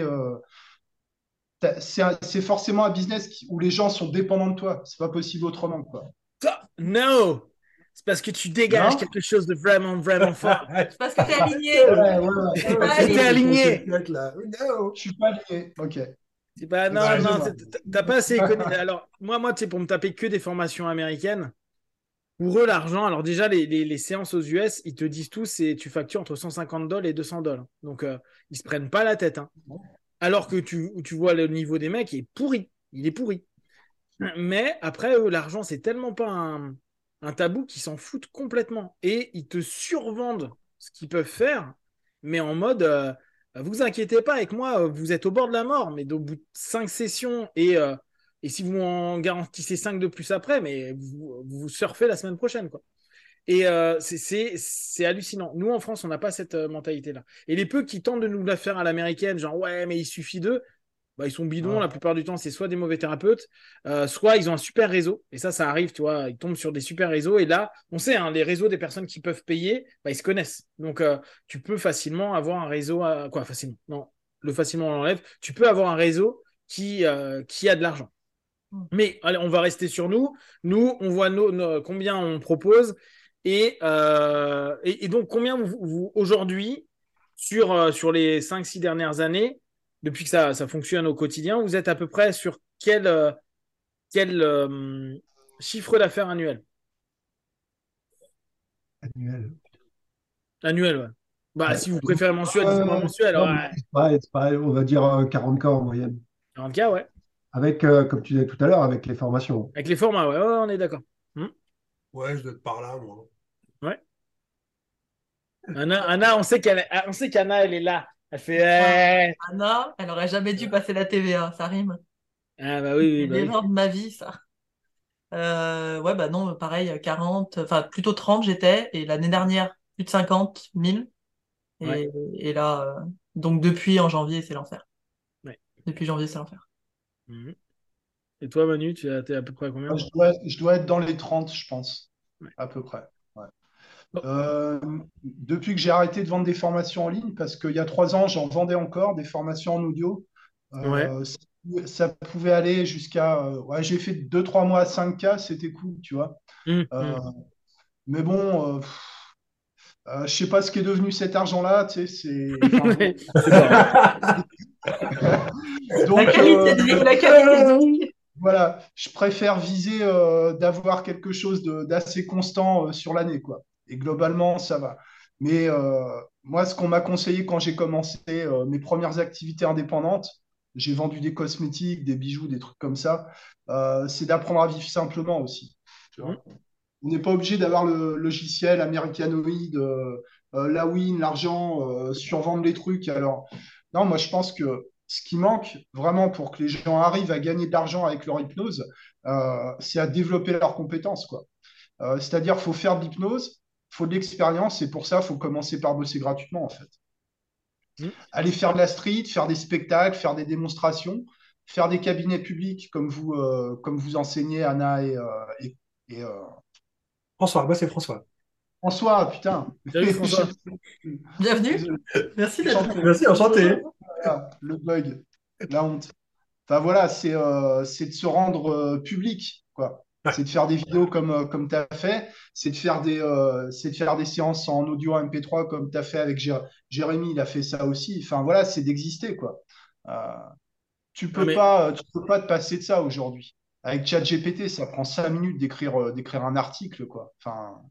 C'est forcément un business où les gens sont dépendants de toi. C'est pas possible autrement, quoi. No! C'est parce que tu dégages Non? quelque chose de vraiment, vraiment fort. C'est parce que t'es aligné. Ouais, ouais, T'es ouais, pas Parce ouais, que t'es aligné. aligné. là. No. je suis pas lié. Ok. C'est pas, non, non, Excusez-moi. t'as pas assez économique. Alors, moi, tu sais, pour me taper que des formations américaines, pour eux, l'argent, alors déjà, les séances aux US, ils te disent tous, tu factures entre 150 dollars et 200 dollars. Donc, ils se prennent pas la tête, hein. Alors que tu vois le niveau des mecs, il est pourri. Il est pourri. Mais après, eux, l'argent, c'est tellement pas un tabou qu'ils s'en foutent complètement. Et ils te survendent ce qu'ils peuvent faire, mais en mode, vous inquiétez pas, avec moi, vous êtes au bord de la mort, mais au bout de 5 sessions, et si vous en garantissez 5 de plus après, mais vous surfez la semaine prochaine, quoi. Et c'est hallucinant. Nous, en France, on n'a pas cette mentalité-là. Et les peu qui tentent de nous la faire à l'américaine, genre, ouais, mais il suffit d'eux, bah, ils sont bidons. La plupart du temps, c'est soit des mauvais thérapeutes, soit ils ont un super réseau. Et ça arrive, tu vois, ils tombent sur des super réseaux. Et là, on sait, hein, les réseaux des personnes qui peuvent payer, bah, ils se connaissent. Donc, tu peux facilement avoir un réseau, quoi, facilement. Non, le facilement, on l'enlève. Tu peux avoir un réseau qui a de l'argent. Mais allez, on va rester sur nous. Nous, on voit combien on propose. Et donc, combien aujourd'hui, sur les 5-6 dernières années, depuis que ça fonctionne au quotidien, vous êtes à peu près sur quel chiffre d'affaires annuel? Annuel. Annuel, ouais. Bah, Ouais. si vous préférez mensuel, dites-moi mensuel. Non, mais Ouais. c'est pareil, on va dire 40K en moyenne. 40K, ouais. Avec, comme tu disais tout à l'heure, avec les formations. Avec les formats, ouais, ouais, on est d'accord. Ouais, je dois être par là, moi. Ouais. Anna, on sait qu'Anna, elle est là. Elle fait, Anna, elle aurait jamais dû passer la TVA, ça rime. Ah bah oui, oui, C'est bah oui. l'erreur de ma vie, ça. Ouais, bah non, pareil, 40, enfin plutôt 30 j'étais, et l'année dernière, plus de 50 000. Ouais, Et là, donc depuis en janvier, c'est l'enfer. ouais. Depuis janvier, c'est l'enfer. Mhm. Et toi, Manu, t'es à peu près à Moi, combien? je dois être dans les 30, je pense, Ouais. à peu près. Ouais. Oh, Depuis que j'ai arrêté de vendre des formations en ligne, parce qu'il y a 3 ans, j'en vendais encore des formations en audio, ouais. ça pouvait aller jusqu'à. Ouais, j'ai fait 2, 3 mois à 5K, c'était cool, tu vois. Euh, Mhm. mais bon, je sais pas ce qui est devenu cet argent-là, tu sais, enfin bon. Ouais, c'est pas grave. La Donc, qualité de vie, la qualité de vie. voilà, je préfère viser d'avoir quelque chose d'assez constant sur l'année, quoi. Et globalement, ça va. Mais moi, ce qu'on m'a conseillé quand j'ai commencé mes premières activités indépendantes, j'ai vendu des cosmétiques, des bijoux, des trucs comme ça, c'est d'apprendre à vivre simplement aussi. Tu Mhm. vois. On n'est pas obligé d'avoir le logiciel américanoïde, la win, l'argent, survendre les trucs. Alors, non, moi, je pense que ce qui manque vraiment pour que les gens arrivent à gagner de l'argent avec leur hypnose, c'est à développer leurs compétences, quoi. C'est-à-dire, il faut faire de l'hypnose, il faut de l'expérience, et pour ça, il faut commencer par bosser gratuitement, en fait. Mhm. Aller faire de la street, faire des spectacles, faire des démonstrations, faire des cabinets publics comme vous enseignez, Anna et, François, moi c'est François. François, putain. Salut François. Bienvenue. Désolé, Merci d'être enchanté. là. Merci, enchanté. Voilà, le bug, la honte. Enfin voilà, c'est de se rendre public, quoi. Ouais. C'est de faire des vidéos comme tu as fait, c'est de faire des séances en audio MP3 comme tu as fait avec Jérémy, il a fait ça aussi. Enfin voilà, c'est d'exister, quoi. Euh, tu Non peux mais, pas, tu peux pas te passer de ça aujourd'hui. Avec ChatGPT, ça prend 5 minutes d'écrire un article, quoi. Enfin,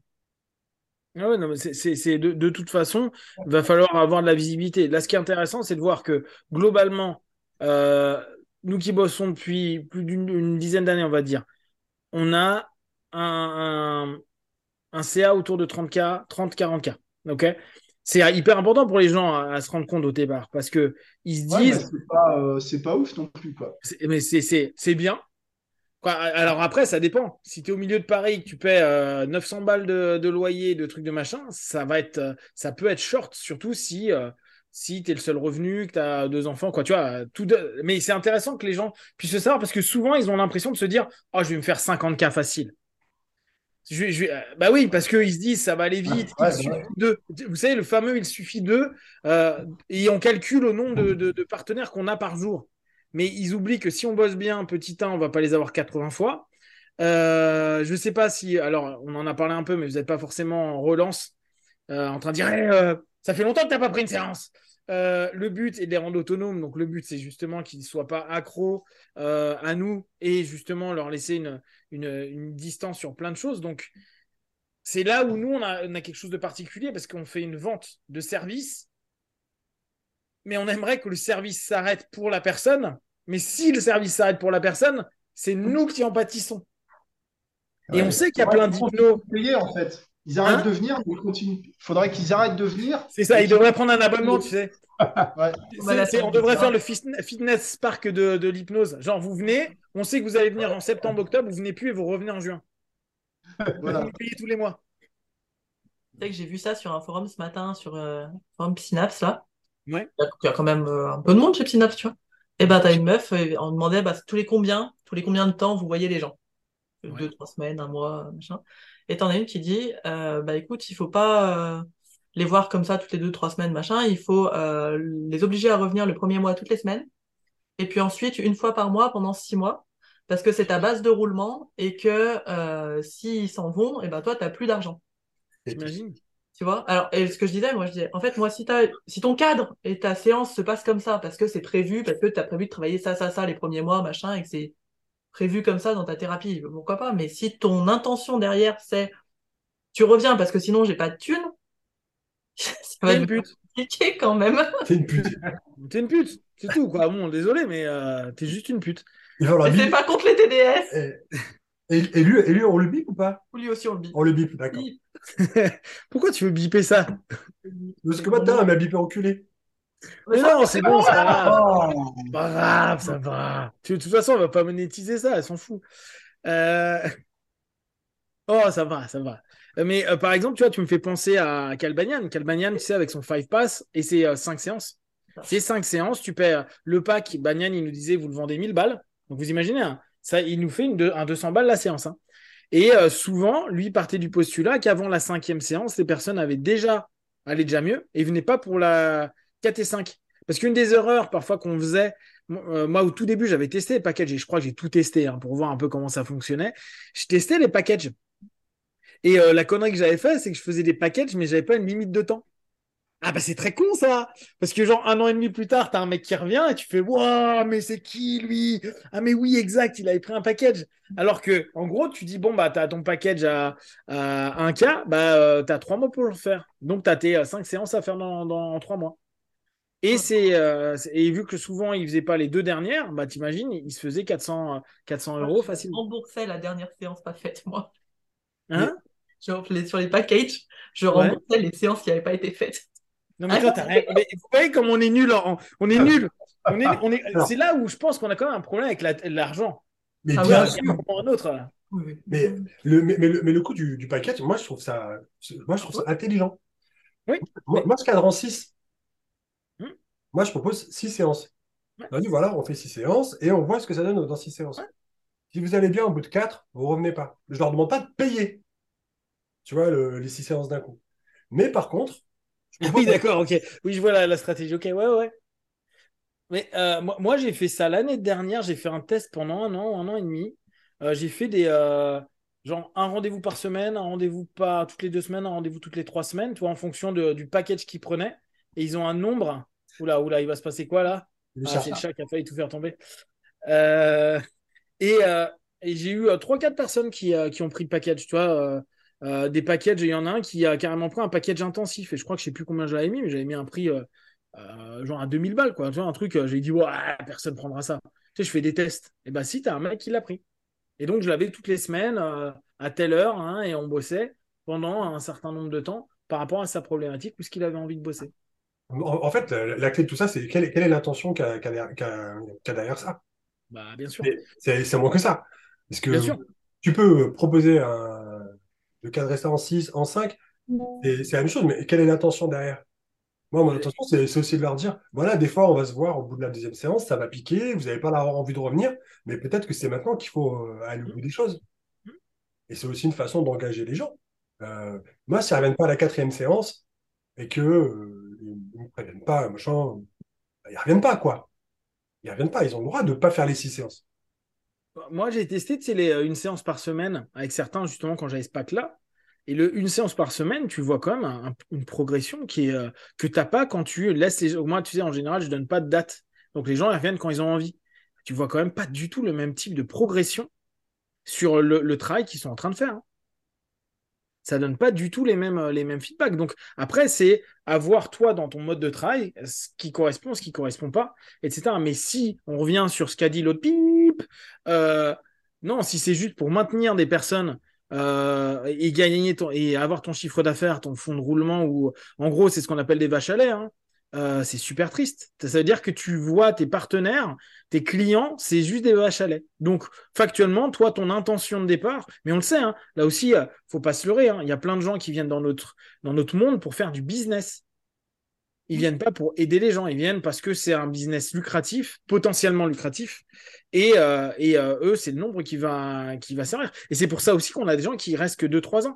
ah ouais, non, mais de toute façon, il va falloir avoir de la visibilité. Là, ce qui est intéressant, c'est de voir que globalement, euh, nous qui bossons depuis plus d'une dizaine d'années, on va dire, on a un, un CA autour de 30K, 30-40K. OK? C'est hyper important pour les gens à se rendre compte au départ parce que ils se ouais, mais disent, c'est pas ouf non plus, quoi. mais c'est bien. Quoi, alors après, ça dépend. Si tu es au milieu de Paris, que tu paies 900 balles de loyer, de trucs de machin, ça peut être short, surtout si tu es le seul revenu, que tu as deux enfants, quoi, tu vois. Mais c'est intéressant que les gens puissent le savoir parce que souvent, ils ont l'impression de se dire, oh, je vais me faire 50K facile. Bah oui, parce qu'ils se disent ça va aller Ouais, vite, il ouais, suffit ouais. de. Vous savez, le fameux il suffit de. Et on calcule au nombre de partenaires qu'on a par jour. Mais ils oublient que si on bosse bien, petit 1, on va pas les avoir 80 fois. Je sais pas si. Alors, on en a parlé un peu, mais vous n'êtes pas forcément en relance, en train de dire ça fait longtemps que tu n'as pas pris une séance. Le but est de les rendre autonomes. Donc, le but, c'est justement qu'ils ne soient pas accros à nous et justement leur laisser une distance sur plein de choses. Donc, c'est là où nous, on a quelque chose de particulier parce qu'on fait une vente de service, mais on aimerait que le service s'arrête pour la personne. Mais si le service s'arrête pour la personne, c'est nous qui en pâtissons. Et on Ouais. sait qu'il y a Ouais, plein ils d'hypnos. continuent de payer, en fait. Ils arrêtent Hein? de venir, mais ils continuent. Il faudrait qu'ils arrêtent de venir C'est ça, et ils qu'ils devraient prendre un continuent abonnement, de tu payer. sais. Ouais. Comme à la On salle de devrait faire sport. le fitness park de l'hypnose. Genre, vous venez, on sait que vous allez venir en septembre, octobre, vous venez plus et vous revenez en juin. Et vous Voilà. nous payez tous les mois. Tu sais que j'ai vu ça sur un forum ce matin, sur forum Synapse, là. Ouais. Il y a quand même un peu de monde chez Synapse, tu vois. Et ben, t'as une meuf, on demandait bah, tous les combien de temps vous voyez les gens? Ouais. 2, 3 semaines, un mois, machin. Et t'en as une qui dit, bah écoute, il faut pas les voir comme ça toutes les 2, 3 semaines, machin. Il faut les obliger à revenir le premier mois toutes les semaines. Et puis ensuite, une fois par mois pendant 6 mois. Parce que c'est ta base de roulement et que s'ils s'en vont, et ben toi, t'as plus d'argent. T'imagines? Tu vois? Alors, et ce que je disais, moi, je disais, en fait, moi, si ton cadre et ta séance se passent comme ça, parce que c'est prévu, parce que tu as prévu de travailler ça, les premiers mois, machin, et que c'est prévu comme ça dans ta thérapie, pourquoi pas? Mais si ton intention derrière, c'est tu reviens parce que sinon j'ai pas de thune, ça va T'es une devenir pute. compliqué quand même. C'est une pute. T'es une pute. C'est tout, quoi. Bon, désolé, mais t'es juste une pute. Il va falloir Mais c'est bip. pas contre les TDS. Et lui, on le bip ou pas? Ou lui aussi on le bip. On le bip, d'accord. Bip. Pourquoi tu veux biper ça? Parce que maintenant, elle m'a bipé enculé. Mais Mais ça, non, c'est bon, c'est pas grave. Oh. Pas grave, ça va. De toute façon, on va pas monétiser ça, elle s'en fout. Euh, Oh, ça va, ça va. Mais par exemple, tu vois, tu me fais penser à Calbanian. Calbanian, tu sais, avec son Five Pass et ses 5 séances. Ces 5 séances, tu paies le pack. Banyan, il nous disait, vous le vendez 1000 balles. Donc vous imaginez, hein, ça, il nous fait un 200 balles la séance. Hein. Et souvent, lui partait du postulat qu'avant la 5e séance, les personnes avaient déjà allé déjà mieux et venaient pas pour la 4 et 5. Parce qu'une des erreurs parfois qu'on faisait, moi au tout début, j'avais testé les packages et je crois que j'ai tout testé hein, pour voir un peu comment ça fonctionnait. Je testais les packages. Et la connerie que j'avais fait, c'est que je faisais des packages, mais j'avais pas une limite de temps. Ah bah c'est très con ça. Parce que genre 1 an et demi plus tard, t'as un mec qui revient et tu fais waouh, mais c'est qui lui? Ah mais oui, exact, il avait pris un package. Alors que en gros, tu dis bon bah t'as ton package à 1K, bah t'as 3 mois pour le faire. Donc t'as tes 5 séances à faire en 3 mois. Et et vu que souvent il faisait pas les 2 dernières, bah t'imagines, il se faisait 400 moi, euros je facilement. remboursais la dernière séance pas faite, moi. Mais, Hein? Sur les packages, je Ouais. remboursais les séances qui n'avaient pas été faites. Non, mais Ah, toi, t'as rien. Mais vous voyez comme on est nul. On est nul. C'est alors, là où je pense qu'on a quand même un problème avec l'argent. mais ah oui, bien Il y a un sûr. moment ou un autre. Là. oui, oui. Mais le coût du package, moi, je trouve ça intelligent. Oui. Moi, Mais. moi, ce cadre en 6, Hum, moi, je propose 6 séances. ouais, On dit, voilà, on fait 6 séances et on voit ce que ça donne dans 6 ouais. séances. Si vous allez bien au bout de 4, vous revenez pas. Je leur demande pas de payer, tu vois, les 6 séances d'un coup. Mais par contre, je propose Oui, d'accord, ok. Oui, je vois la stratégie. Ok, ouais, ouais. Mais moi, j'ai fait ça l'année dernière. J'ai fait un test pendant un an et demi. J'ai fait des. Genre un rendez-vous par semaine, un rendez-vous pas toutes les 2 semaines, un rendez-vous toutes les 3 semaines, tu vois, en fonction du package qu'ils prenaient. Et ils ont un nombre. Oula, oula, il va se passer quoi là? les Ah, c'est le chats. chat qui a failli tout faire tomber. Euh, et j'ai eu 3-4 personnes qui ont pris le package. Tu vois, des packages, il y en a un qui a carrément pris un package intensif. Et je crois que je sais plus combien je l'avais mis, mais j'avais mis un prix genre à 2000 balles. Quoi. Tu vois, un truc, j'ai dit, ouais, personne prendra ça. Tu sais, je fais des tests. Et bah, si, t'as un mec qui l'a pris. Et donc, je l'avais toutes les semaines à telle heure hein, et on bossait pendant un certain nombre de temps par rapport à sa problématique ou ce qu'il avait envie de bosser. En fait, la clé de tout ça, c'est quelle est l'intention qu'a derrière ça. Bah, bien sûr. C'est moins que ça. Parce Bien que sûr. tu peux proposer le cadre restant en 6, en 5, et c'est la même chose, mais quelle est l'intention derrière? Moi, mon intention, c'est aussi de leur dire, voilà, des fois, on va se voir au bout de la deuxième séance, ça va piquer, vous n'avez pas envie de revenir, mais peut-être que c'est maintenant qu'il faut aller au bout des choses. Et c'est aussi une façon d'engager les gens. Moi, s'ils ne reviennent pas à la quatrième séance et que ils ne préviennent pas, machin, bah, ils ne reviennent pas, quoi. Ils ne reviennent pas, ils ont le droit de ne pas faire les 6 séances. Moi, j'ai testé tu sais, une séance par semaine avec certains, justement, quand j'avais ce pack-là. Et une séance par semaine, tu vois quand même une progression que tu n'as pas quand tu laisses les. Moi, tu sais, en général, je ne donne pas de date. Donc, les gens ils reviennent quand ils ont envie. Tu vois quand même pas du tout le même type de progression sur le travail qu'ils sont en train de faire. Hein. Ça donne pas du tout les mêmes feedbacks. Donc, après, c'est avoir toi dans ton mode de travail ce qui correspond pas, etc. Mais si on revient sur ce qu'a dit l'autre pipe, non, si c'est juste pour maintenir des personnes et gagner et avoir ton chiffre d'affaires, ton fonds de roulement, ou en gros, c'est ce qu'on appelle des vaches à lait, hein, c'est super triste. Ça veut dire que tu vois tes partenaires, tes clients, c'est juste des vaches à lait. Donc, factuellement, toi, ton intention de départ, mais on le sait, hein, là aussi, faut pas se leurrer. Hein, il y a plein de gens qui viennent dans notre monde pour faire du business. Ils viennent pas pour aider les gens, ils viennent parce que c'est un business lucratif, potentiellement lucratif, et eux, c'est le nombre qui va servir. Et c'est pour ça aussi qu'on a des gens qui restent que 2-3 ans.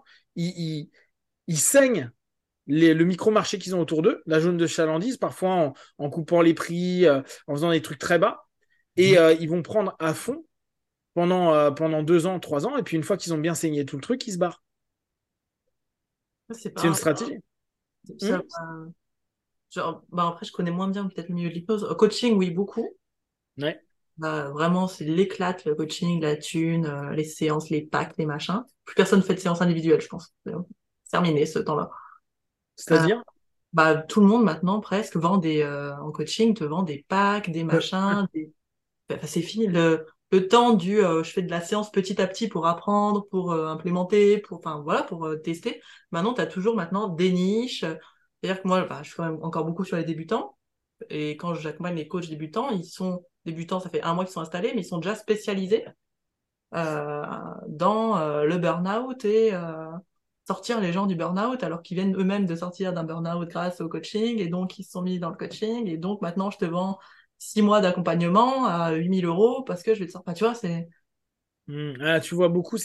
Ils saignent le micro-marché qu'ils ont autour d'eux, la zone de chalandise, parfois en coupant les prix, en faisant des trucs très bas, et ils vont prendre à fond pendant 2 ans, 3 ans, et puis une fois qu'ils ont bien saigné tout le truc, ils se barrent. C'est C'est une pas. stratégie. Ça, genre, bah après, je connais moins bien peut-être le milieu de l'hypnose. Coaching, oui, beaucoup. Ouais. Bah, vraiment, c'est l'éclate, le coaching, la thune, les séances, les packs, les machins. Plus personne fait de séances individuelles, je pense. C'est terminé ce temps-là. Euh, C'est-à-dire? Bah, tout le monde maintenant presque vend en coaching, te vend des packs, des machins, enfin, c'est fini. Le temps je fais de la séance petit à petit pour apprendre, pour implémenter, enfin voilà, pour tester. Maintenant, tu as toujours maintenant des niches. C'est-à-dire que moi, bah, je suis quand même encore beaucoup sur les débutants. Et quand j'accompagne les coachs débutants, ils sont débutants, ça fait un mois qu'ils sont installés, mais ils sont déjà spécialisés euh, dans le burn-out et sortir les gens du burn-out alors qu'ils viennent eux-mêmes de sortir d'un burn-out grâce au coaching et donc ils se sont mis dans le coaching et donc maintenant je te vends 6 mois d'accompagnement à 8 000 € parce que je vais te sortir. Enfin, tu vois, c'est. Ah, tu vois beaucoup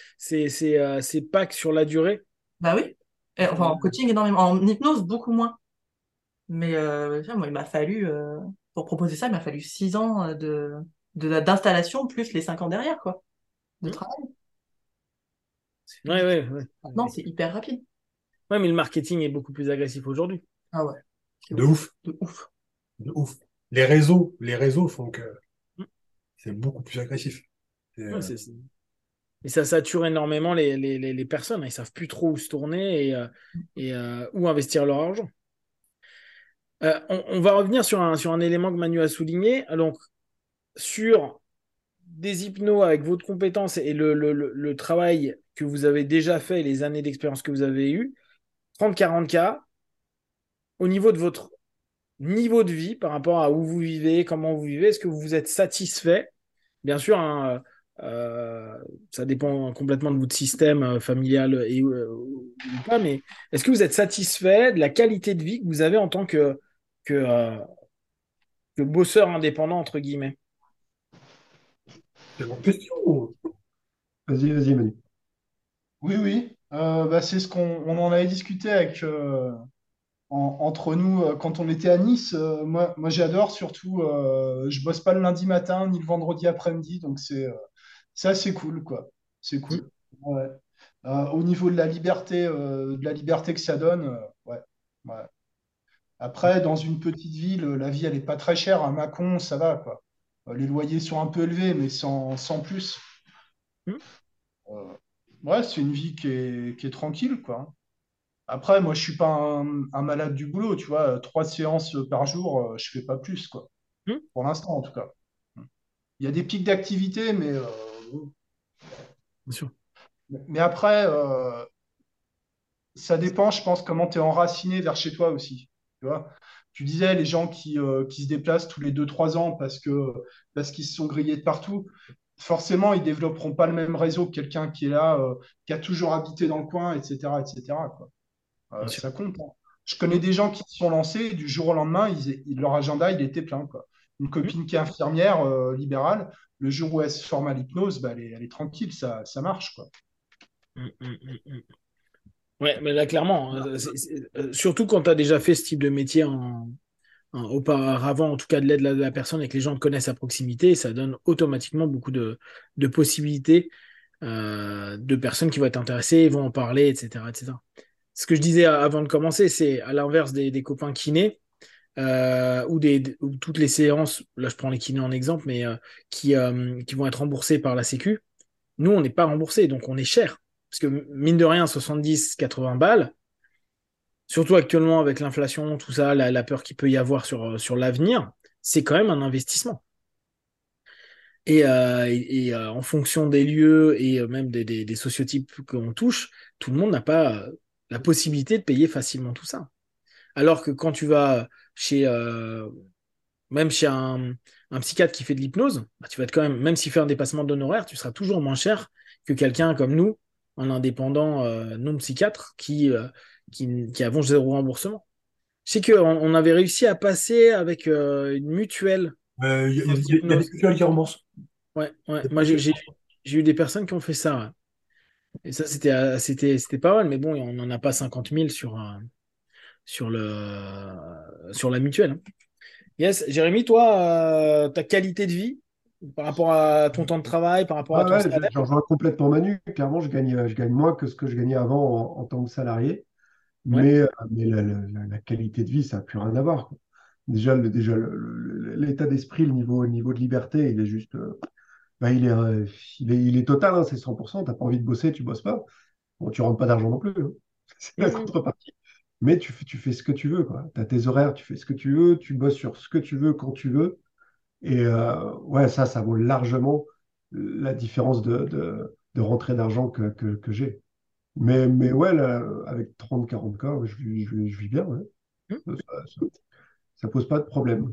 ces packs sur la durée. Bah oui. Et, enfin, en coaching énormément. En hypnose, beaucoup moins. Mais tu vois, moi, il m'a fallu, pour proposer ça, il m'a fallu 6 ans d'installation plus les 5 ans derrière, quoi, de Hmm. travail. Ouais, ouais, ouais. Maintenant, c'est hyper rapide. Ouais, mais le marketing est beaucoup plus agressif aujourd'hui. Ah ouais, c'est De ouf. ouf, De ouf. de ouf. Les réseaux font que Hmm. c'est beaucoup plus agressif. C'est, Ouais, et ça sature énormément les personnes. Ils savent plus trop où se tourner et où investir leur argent. On va revenir sur un élément que Manu a souligné. Donc, sur des hypnos avec votre compétence et le travail que vous avez déjà fait, les années d'expérience que vous avez eues, 30-40 k, au niveau de votre niveau de vie par rapport à où vous vivez, comment vous vivez, est-ce que vous êtes satisfait? Bien sûr, hein, ça dépend complètement de votre système familial ou pas, mais est-ce que vous êtes satisfait de la qualité de vie que vous avez en tant que, euh, que bosseur indépendant, entre guillemets? c'est une bonne question. Vas-y, Manu. Oui, oui. Bah, c'est ce on en avait discuté entre nous quand on était à Nice. Moi j'adore, surtout, je bosse pas le lundi matin ni le vendredi après-midi, donc ça, c'est cool, quoi. C'est Hmm. cool. Ouais. Au niveau de la liberté que ça donne, ouais. Ouais. Après, dans une petite ville, la vie, elle est pas très chère. À Mâcon, ça va, quoi. Les loyers sont un peu élevés, mais sans plus. Hmm. Euh, ouais, c'est une vie qui est tranquille, quoi. Après, moi, je suis pas un malade du boulot, tu vois. 3 séances par jour, je fais pas plus, quoi. Hmm. Pour l'instant, en tout cas. Il y a des pics d'activité, bon. Bien sûr. Mais après, ça dépend, je pense, comment tu es enraciné vers chez toi aussi. Tu vois? Tu disais les gens qui se déplacent tous les 2 3 ans parce qu'ils se sont grillés de partout. Forcément, ils développeront pas le même réseau que quelqu'un qui est là, qui a toujours habité dans le coin, etc., etc., quoi. Bien sûr. Ça compte, hein. Je connais Hmm. des gens qui se sont lancés et du jour au lendemain, leur agenda, il était plein, quoi. Une Hmm. copine qui est infirmière libérale, le jour où elle se forme à l'hypnose, bah, elle est tranquille, ça marche, quoi. Hmm. Hmm. Ouais, mais là, clairement, surtout quand tu as déjà fait ce type de métier auparavant, en tout cas de l'aide de la personne et que les gens te connaissent à proximité, ça donne automatiquement beaucoup de possibilités de personnes qui vont être intéressées, vont en parler, etc., etc. Ce que je disais avant de commencer, c'est à l'inverse des copains kinés, ou toutes les séances, là je prends les kinés en exemple, mais qui vont être remboursées par la Sécu. Nous, on n'est pas remboursé, donc on est cher. Parce que mine de rien, 70-80 balles, surtout actuellement avec l'inflation, tout ça, la peur qu'il peut y avoir sur l'avenir, c'est quand même un investissement. Et en fonction des lieux et même des sociotypes qu'on touche, tout le monde n'a pas la possibilité de payer facilement tout ça. Alors que quand tu vas chez, même chez un psychiatre qui fait de l'hypnose, bah, tu vas être quand même, même s'il fait un dépassement d'honoraires, tu seras toujours moins cher que quelqu'un comme nous, un indépendant non psychiatre qui avons zéro remboursement. Je sais qu'on avait réussi à passer avec une mutuelle Il y a des hypnose. mutuelles qui remboursent. Ouais, ouais. Des Moi, mutuelles qui remboursent. j'ai eu des personnes qui ont fait ça. Ouais. Et ça, c'était pas mal, mais bon, on n'en a pas 50 000 sur sur la mutuelle, hein. Yes, Jérémy, toi, ta qualité de vie par rapport à ton temps de travail, par rapport Ouais, à ton ouais, salaire. je rejoins complètement Manu. Clairement, je gagne moins que ce que je gagnais avant en tant que salarié. Ouais. Mais la qualité de vie, ça n'a plus rien à voir, quoi. Déjà, l'état d'esprit, le niveau de liberté, il est juste. Bah, il est total, hein, c'est 100%. Tu n'as pas envie de bosser, tu bosses pas. Bon, tu rentres pas d'argent non plus, hein. C'est la Mhm. contrepartie. Mais tu fais ce que tu veux, quoi. Tu as tes horaires, tu fais ce que tu veux, tu bosses sur ce que tu veux quand tu veux. Et ouais, ça vaut largement la différence de rentrée d'argent que j'ai. Mais ouais, là, avec 30-40 cas, ouais, je vis bien. Ouais. Mhm. Ça, ça pose pas de problème.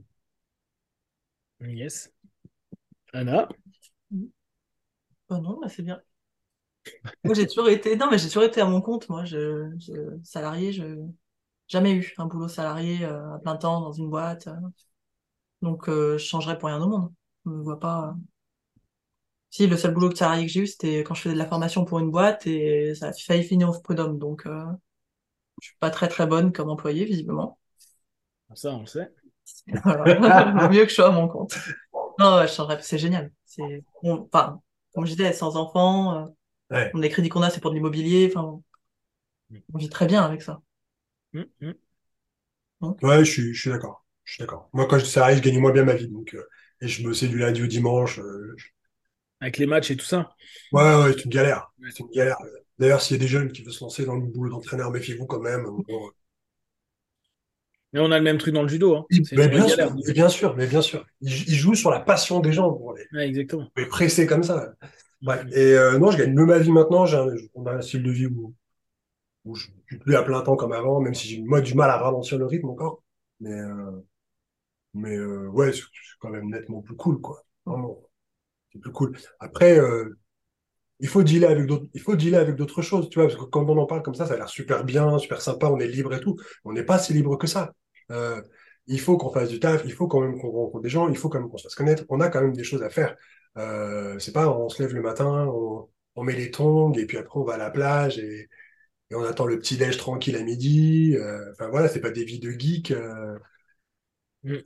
Yes. Anna? Oh non, bah, c'est bien. Moi, j'ai toujours été, non, mais j'ai toujours été à mon compte, moi, salarié, jamais eu un boulot salarié à plein temps dans une boîte. Donc, je changerais pour rien au monde. Je me vois pas. Si, le seul boulot de salarié que j'ai eu, c'était quand je faisais de la formation pour une boîte et ça a failli finir au prud'homme. Donc, je suis pas très très bonne comme employée, visiblement. Ça, on le sait. Voilà. Vaut mieux que je sois à mon compte. Non, ouais, je changerais, c'est génial. Enfin, comme je disais, sans enfants, Ouais, les crédits qu'on a, c'est pour de l'immobilier. Enfin, on vit très bien avec ça. Mhm. Donc, ouais, je suis d'accord. Je suis d'accord. Moi, quand je suis salarié, je gagne moins bien ma vie. Donc, et je bossais du lundi au dimanche. Avec les matchs et tout ça. Ouais, ouais, c'est une galère. Ouais. C'est une galère. D'ailleurs, s'il y a des jeunes qui veulent se lancer dans le boulot d'entraîneur, méfiez-vous quand même. Bon, Mais on a le même truc dans le judo, hein. C'est une mais vraie bien sûr, galère. mais bien sûr, mais bien sûr. Ils jouent sur la passion des gens pour Ouais, exactement. les presser comme ça. Ouais. Mhm. Et non, je gagne mieux ma vie maintenant. On a un style de vie où je suis plus à plein temps comme avant, même si j'ai moi du mal à ralentir le rythme encore. Mais, ouais, c'est quand même nettement plus cool, quoi. Vraiment, c'est plus cool. Après, il faut dealer avec d'autres choses, tu vois, parce que quand on en parle comme ça a l'air super bien, super sympa, on est libre et tout. On n'est pas si libre que ça. Euh, il faut qu'on fasse du taf, il faut quand même qu'on rencontre des gens, il faut quand même qu'on se fasse connaître. On a quand même des choses à faire. C'est pas, on se lève le matin, on met les tongs et puis après on va à la plage et on attend le petit déj tranquille à midi. Enfin voilà, c'est pas des vies de geek. Mhm.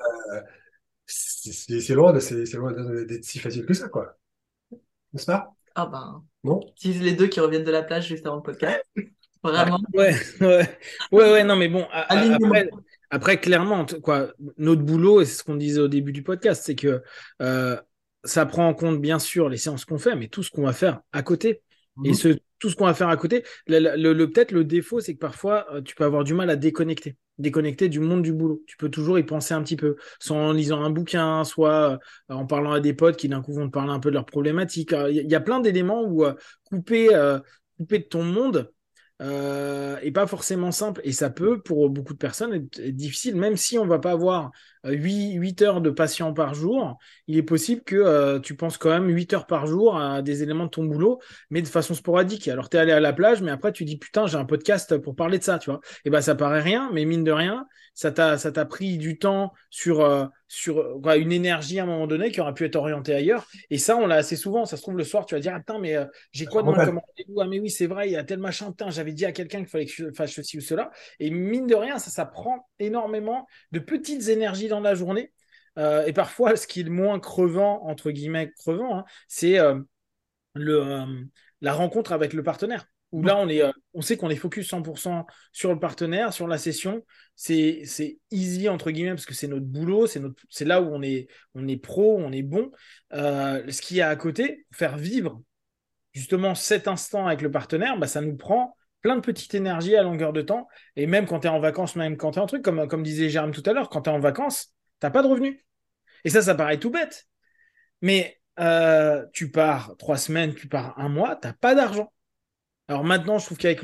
C'est loin c'est loin d'être si facile que ça, quoi. N'est-ce pas? ah ben, Non? si les deux qui reviennent de la plage juste avant le podcast, Ouais. vraiment, Ouais, ouais, ouais, non, mais bon, alignement. après, clairement, quoi, notre boulot, et c'est ce qu'on disait au début du podcast, c'est que euh, ça prend en compte, bien sûr, les séances qu'on fait, mais tout ce qu'on va faire à côté. Et Mhm. tout ce qu'on va faire à côté, peut-être le défaut, c'est que parfois, tu peux avoir du mal à déconnecter. Déconnecter du monde du boulot. Tu peux toujours y penser un petit peu, soit en lisant un bouquin, soit en parlant à des potes qui d'un coup vont te parler un peu de leurs problématiques. Il y a plein d'éléments où couper, couper de ton monde, et pas forcément simple. Et ça peut, pour beaucoup de personnes, être difficile, même si on va pas avoir 8 heures de patient par jour, il est possible que tu penses quand même 8 heures par jour à des éléments de ton boulot, mais de façon sporadique. Alors, tu es allé à la plage, mais après, tu dis, putain, j'ai un podcast pour parler de ça, tu vois. Et ben, ça paraît rien, mais mine de rien, ça t'a pris du temps sur quoi, une énergie à un moment donné qui aurait pu être orientée ailleurs. Et ça, on l'a assez souvent. Ça se trouve, le soir, tu vas dire, attends, mais j'ai quoi demain comme Mental. rendez-vous? Ah, mais oui, c'est vrai, il y a tel machin. Putain, j'avais dit à quelqu'un qu'il fallait que je fasse ceci ou cela. Et mine de rien, ça prend énormément de petites énergies dans la journée. Et parfois, ce qui est le moins crevant, entre guillemets, crevant, hein, c'est le, la rencontre avec le partenaire. Où là, on sait qu'on est focus 100% sur le partenaire, sur la session. C'est easy, entre guillemets, parce que c'est notre boulot, c'est là où on est pro, on est bon. Ce qu'il y a à côté, faire vivre justement cet instant avec le partenaire, bah, ça nous prend plein de petites énergies à longueur de temps. Et même quand tu es en vacances, même quand tu es en truc, comme disait Jérôme tout à l'heure, quand tu es en vacances, tu pas de revenus. Et ça paraît tout bête. Mais tu pars 3 semaines, tu pars un mois, t'as pas d'argent. Alors maintenant, je trouve qu'avec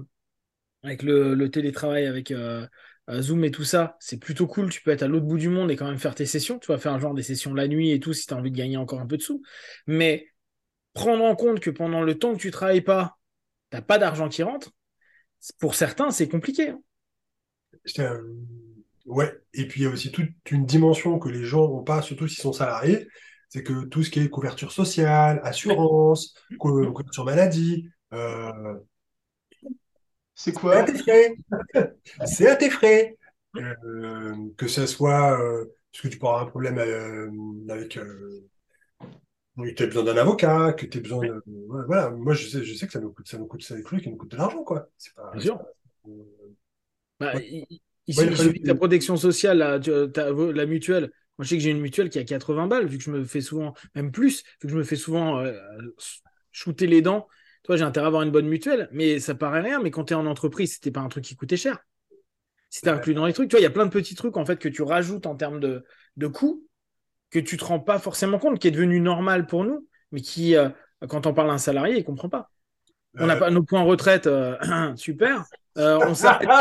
le télétravail, avec Zoom et tout ça, c'est plutôt cool. Tu peux être à l'autre bout du monde et quand même faire tes sessions. Tu vas faire un genre des sessions la nuit et tout si tu as envie de gagner encore un peu de sous. Mais prendre en compte que pendant le temps que tu travailles pas, t'as pas d'argent qui rentre, pour certains, c'est compliqué, hein. C'est ouais. Et puis il y a aussi toute une dimension que les gens n'ont pas, surtout s'ils sont salariés, c'est que tout ce qui est couverture sociale, Ouais. assurance, couverture maladie, C'est c'est à tes quoi? frais. C'est à tes frais. Que ce soit parce que tu peux avoir un problème avec oui, tu as besoin d'un avocat, que tu as besoin Ouais, de. Ouais, voilà, moi je sais que ça nous coûte des trucs qui nous coûtent de l'argent, quoi. bien sûr. Bah, Ouais. il Ouais, il a fallu suffit que ta protection sociale, la mutuelle. Moi, je sais que j'ai une mutuelle qui a 80 balles, vu que je me fais souvent, même plus, vu que je me fais souvent shooter les dents. Toi, j'ai intérêt à avoir une bonne mutuelle, mais ça paraît rien. Mais quand tu es en entreprise, c'était pas un truc qui coûtait cher. C'était inclus dans les trucs. Tu vois, il y a plein de petits trucs en fait que tu rajoutes en termes de coûts que tu te rends pas forcément compte, qui est devenu normal pour nous, mais qui, quand on parle à un salarié, il comprend pas. On n'a euh, pas nos points retraite, super. On s'arrête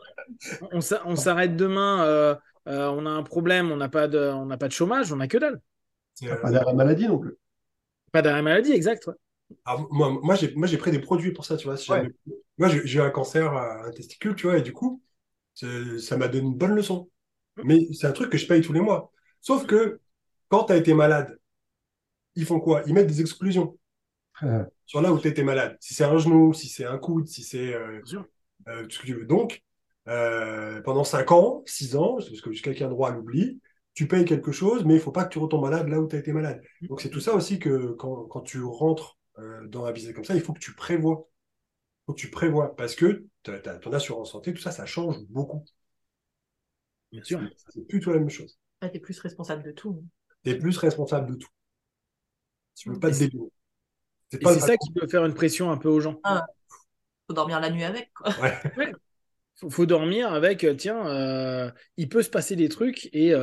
on s'arrête demain, on a un problème, on n'a pas de chômage, on n'a que dalle. c'est, Pas d'arrêt maladie non plus. Pas d'arrêt maladie, exact. Ouais. alors, moi, j'ai pris des produits pour ça, tu vois. Si Ouais. jamais... Moi, j'ai eu un cancer à un testicule, tu vois, et du coup, ça m'a donné une bonne leçon. Mais c'est un truc que je paye tous les mois. Sauf que quand tu as été malade, ils font quoi? Ils mettent des exclusions Euh, sur là où tu étais malade. Si c'est un genou, si c'est un coude, si c'est Bien sûr. tout ce que tu veux. Donc, pendant 5 ans, 6 ans, parce que quelqu'un a droit à l'oubli, tu payes quelque chose, mais il faut pas que tu retombes malade là où tu as été malade. Donc, c'est tout ça aussi que quand tu rentres dans un business comme ça, il faut que tu prévois. Il faut que tu prévois parce que ton assurance santé, tout ça, ça change beaucoup. Bien sûr. C'est plus tout la même chose. Là, t'es plus responsable de tout. Tu es plus responsable de tout. Tu ne peux pas Et te c'est dégainer. C'est et pas le c'est ça patron. qui peut faire une pression un peu aux gens. Ah, faut dormir la nuit avec, quoi. Ouais. Ouais. Faut dormir avec, tiens, il peut se passer des trucs et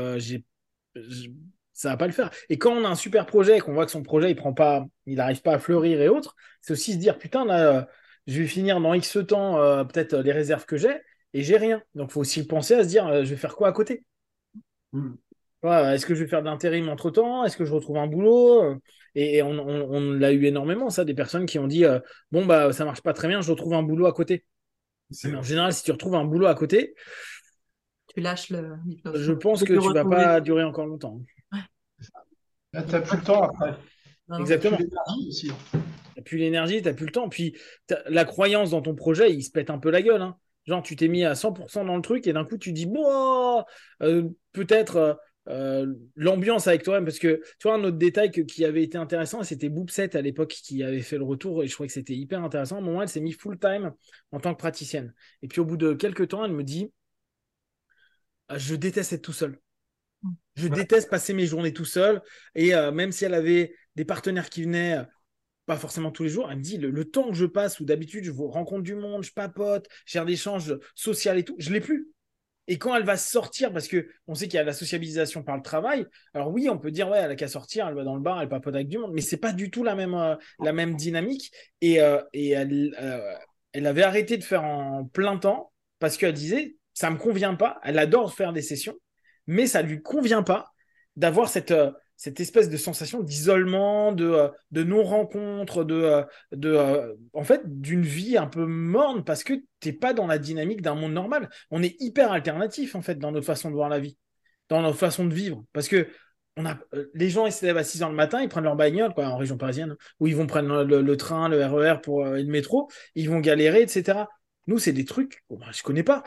ça va pas le faire. Et quand on a un super projet et qu'on voit que son projet il n'arrive pas à fleurir et autres, c'est aussi se dire, putain, là, je vais finir dans X temps, peut-être les réserves que j'ai et j'ai rien. Donc, faut aussi penser à se dire, je vais faire quoi à côté? Mm. Ouais, est-ce que je vais faire de l'intérim entre-temps? Est-ce que je retrouve un boulot? Et on l'a eu énormément, ça, des personnes qui ont dit, bon, bah, ça marche pas très bien, je retrouve un boulot à côté. C'est Mais en général, si tu retrouves un boulot à côté, Tu lâches l'hypnose. je pense De que te tu vas retrouver. pas durer encore longtemps. Là, t'as plus le temps après. Non, non, T'as plus Exactement. l'énergie aussi. T'as plus l'énergie, t'as plus le temps. Puis la croyance dans ton projet, il se pète un peu la gueule, hein. Genre, tu t'es mis à 100% dans le truc et d'un coup, tu dis, bon, peut-être l'ambiance avec toi-même. Parce que, tu vois, un autre détail qui avait été intéressant, c'était Boopset à l'époque qui avait fait le retour et je trouvais que c'était hyper intéressant. À un moment, elle s'est mise full-time en tant que praticienne. Et puis, au bout de quelques temps, elle me dit, ah, je déteste être tout seul. Je Ouais. déteste passer mes journées tout seul. Et même si elle avait des partenaires qui venaient, pas forcément tous les jours, elle me dit le temps que je passe où d'habitude je rencontre du monde, je papote, j'ai un échange social et tout, je l'ai plus. Et quand elle va sortir, parce que on sait qu'il y a la sociabilisation par le travail, alors oui, on peut dire ouais, elle a qu'à sortir, elle va dans le bar, elle papote avec du monde, mais c'est pas du tout la même dynamique. Et elle avait arrêté de faire en plein temps parce qu'elle disait ça me convient pas. Elle adore faire des sessions, mais ça lui convient pas d'avoir cette espèce de sensation d'isolement, de non-rencontre, en fait, d'une vie un peu morne parce que t'es pas dans la dynamique d'un monde normal. On est hyper alternatif, en fait, dans notre façon de voir la vie, dans notre façon de vivre. Parce que les gens, ils se lèvent à 6 h le matin, ils prennent leur bagnole, quoi, en région parisienne, ou ils vont prendre le train, le RER et le métro, ils vont galérer, etc. Nous, c'est des trucs, bon, je connais pas.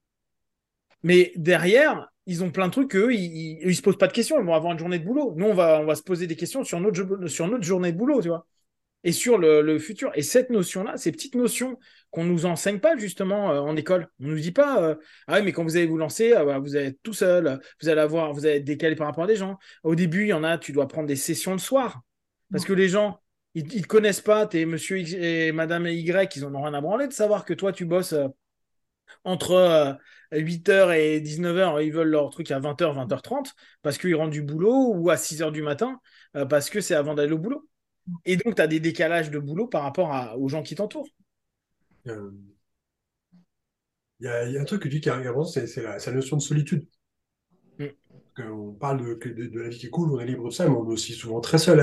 Mais derrière, ils ont plein de trucs qu'eux, ils se posent pas de questions. Ils vont avoir une journée de boulot. Nous, on va se poser des questions sur notre journée de boulot, tu vois, et sur le futur. Et cette notion-là, ces petites notions qu'on nous enseigne pas justement en école. On nous dit pas, ah ouais, mais quand vous allez vous lancer, bah, vous allez être tout seul, vous allez être décalé par rapport à des gens. Au début, il y en a, tu dois prendre des sessions le soir. Parce que les gens, ils te connaissent pas, t'es monsieur X et madame Y, ils en ont rien à branler de savoir que toi, tu bosses entre 8 h et 19 h, ils veulent leur truc à 20 h, 20 h 30, parce qu'ils rentrent du boulot, ou à 6 h du matin, parce que c'est avant d'aller au boulot. Et donc, tu as des décalages de boulot par rapport aux gens qui t'entourent. Euh, il y a un truc que tu dis qui est important, c'est la notion de solitude. Mm. On parle de la vie qui est cool, on est libre de ça, mais on est aussi souvent très seul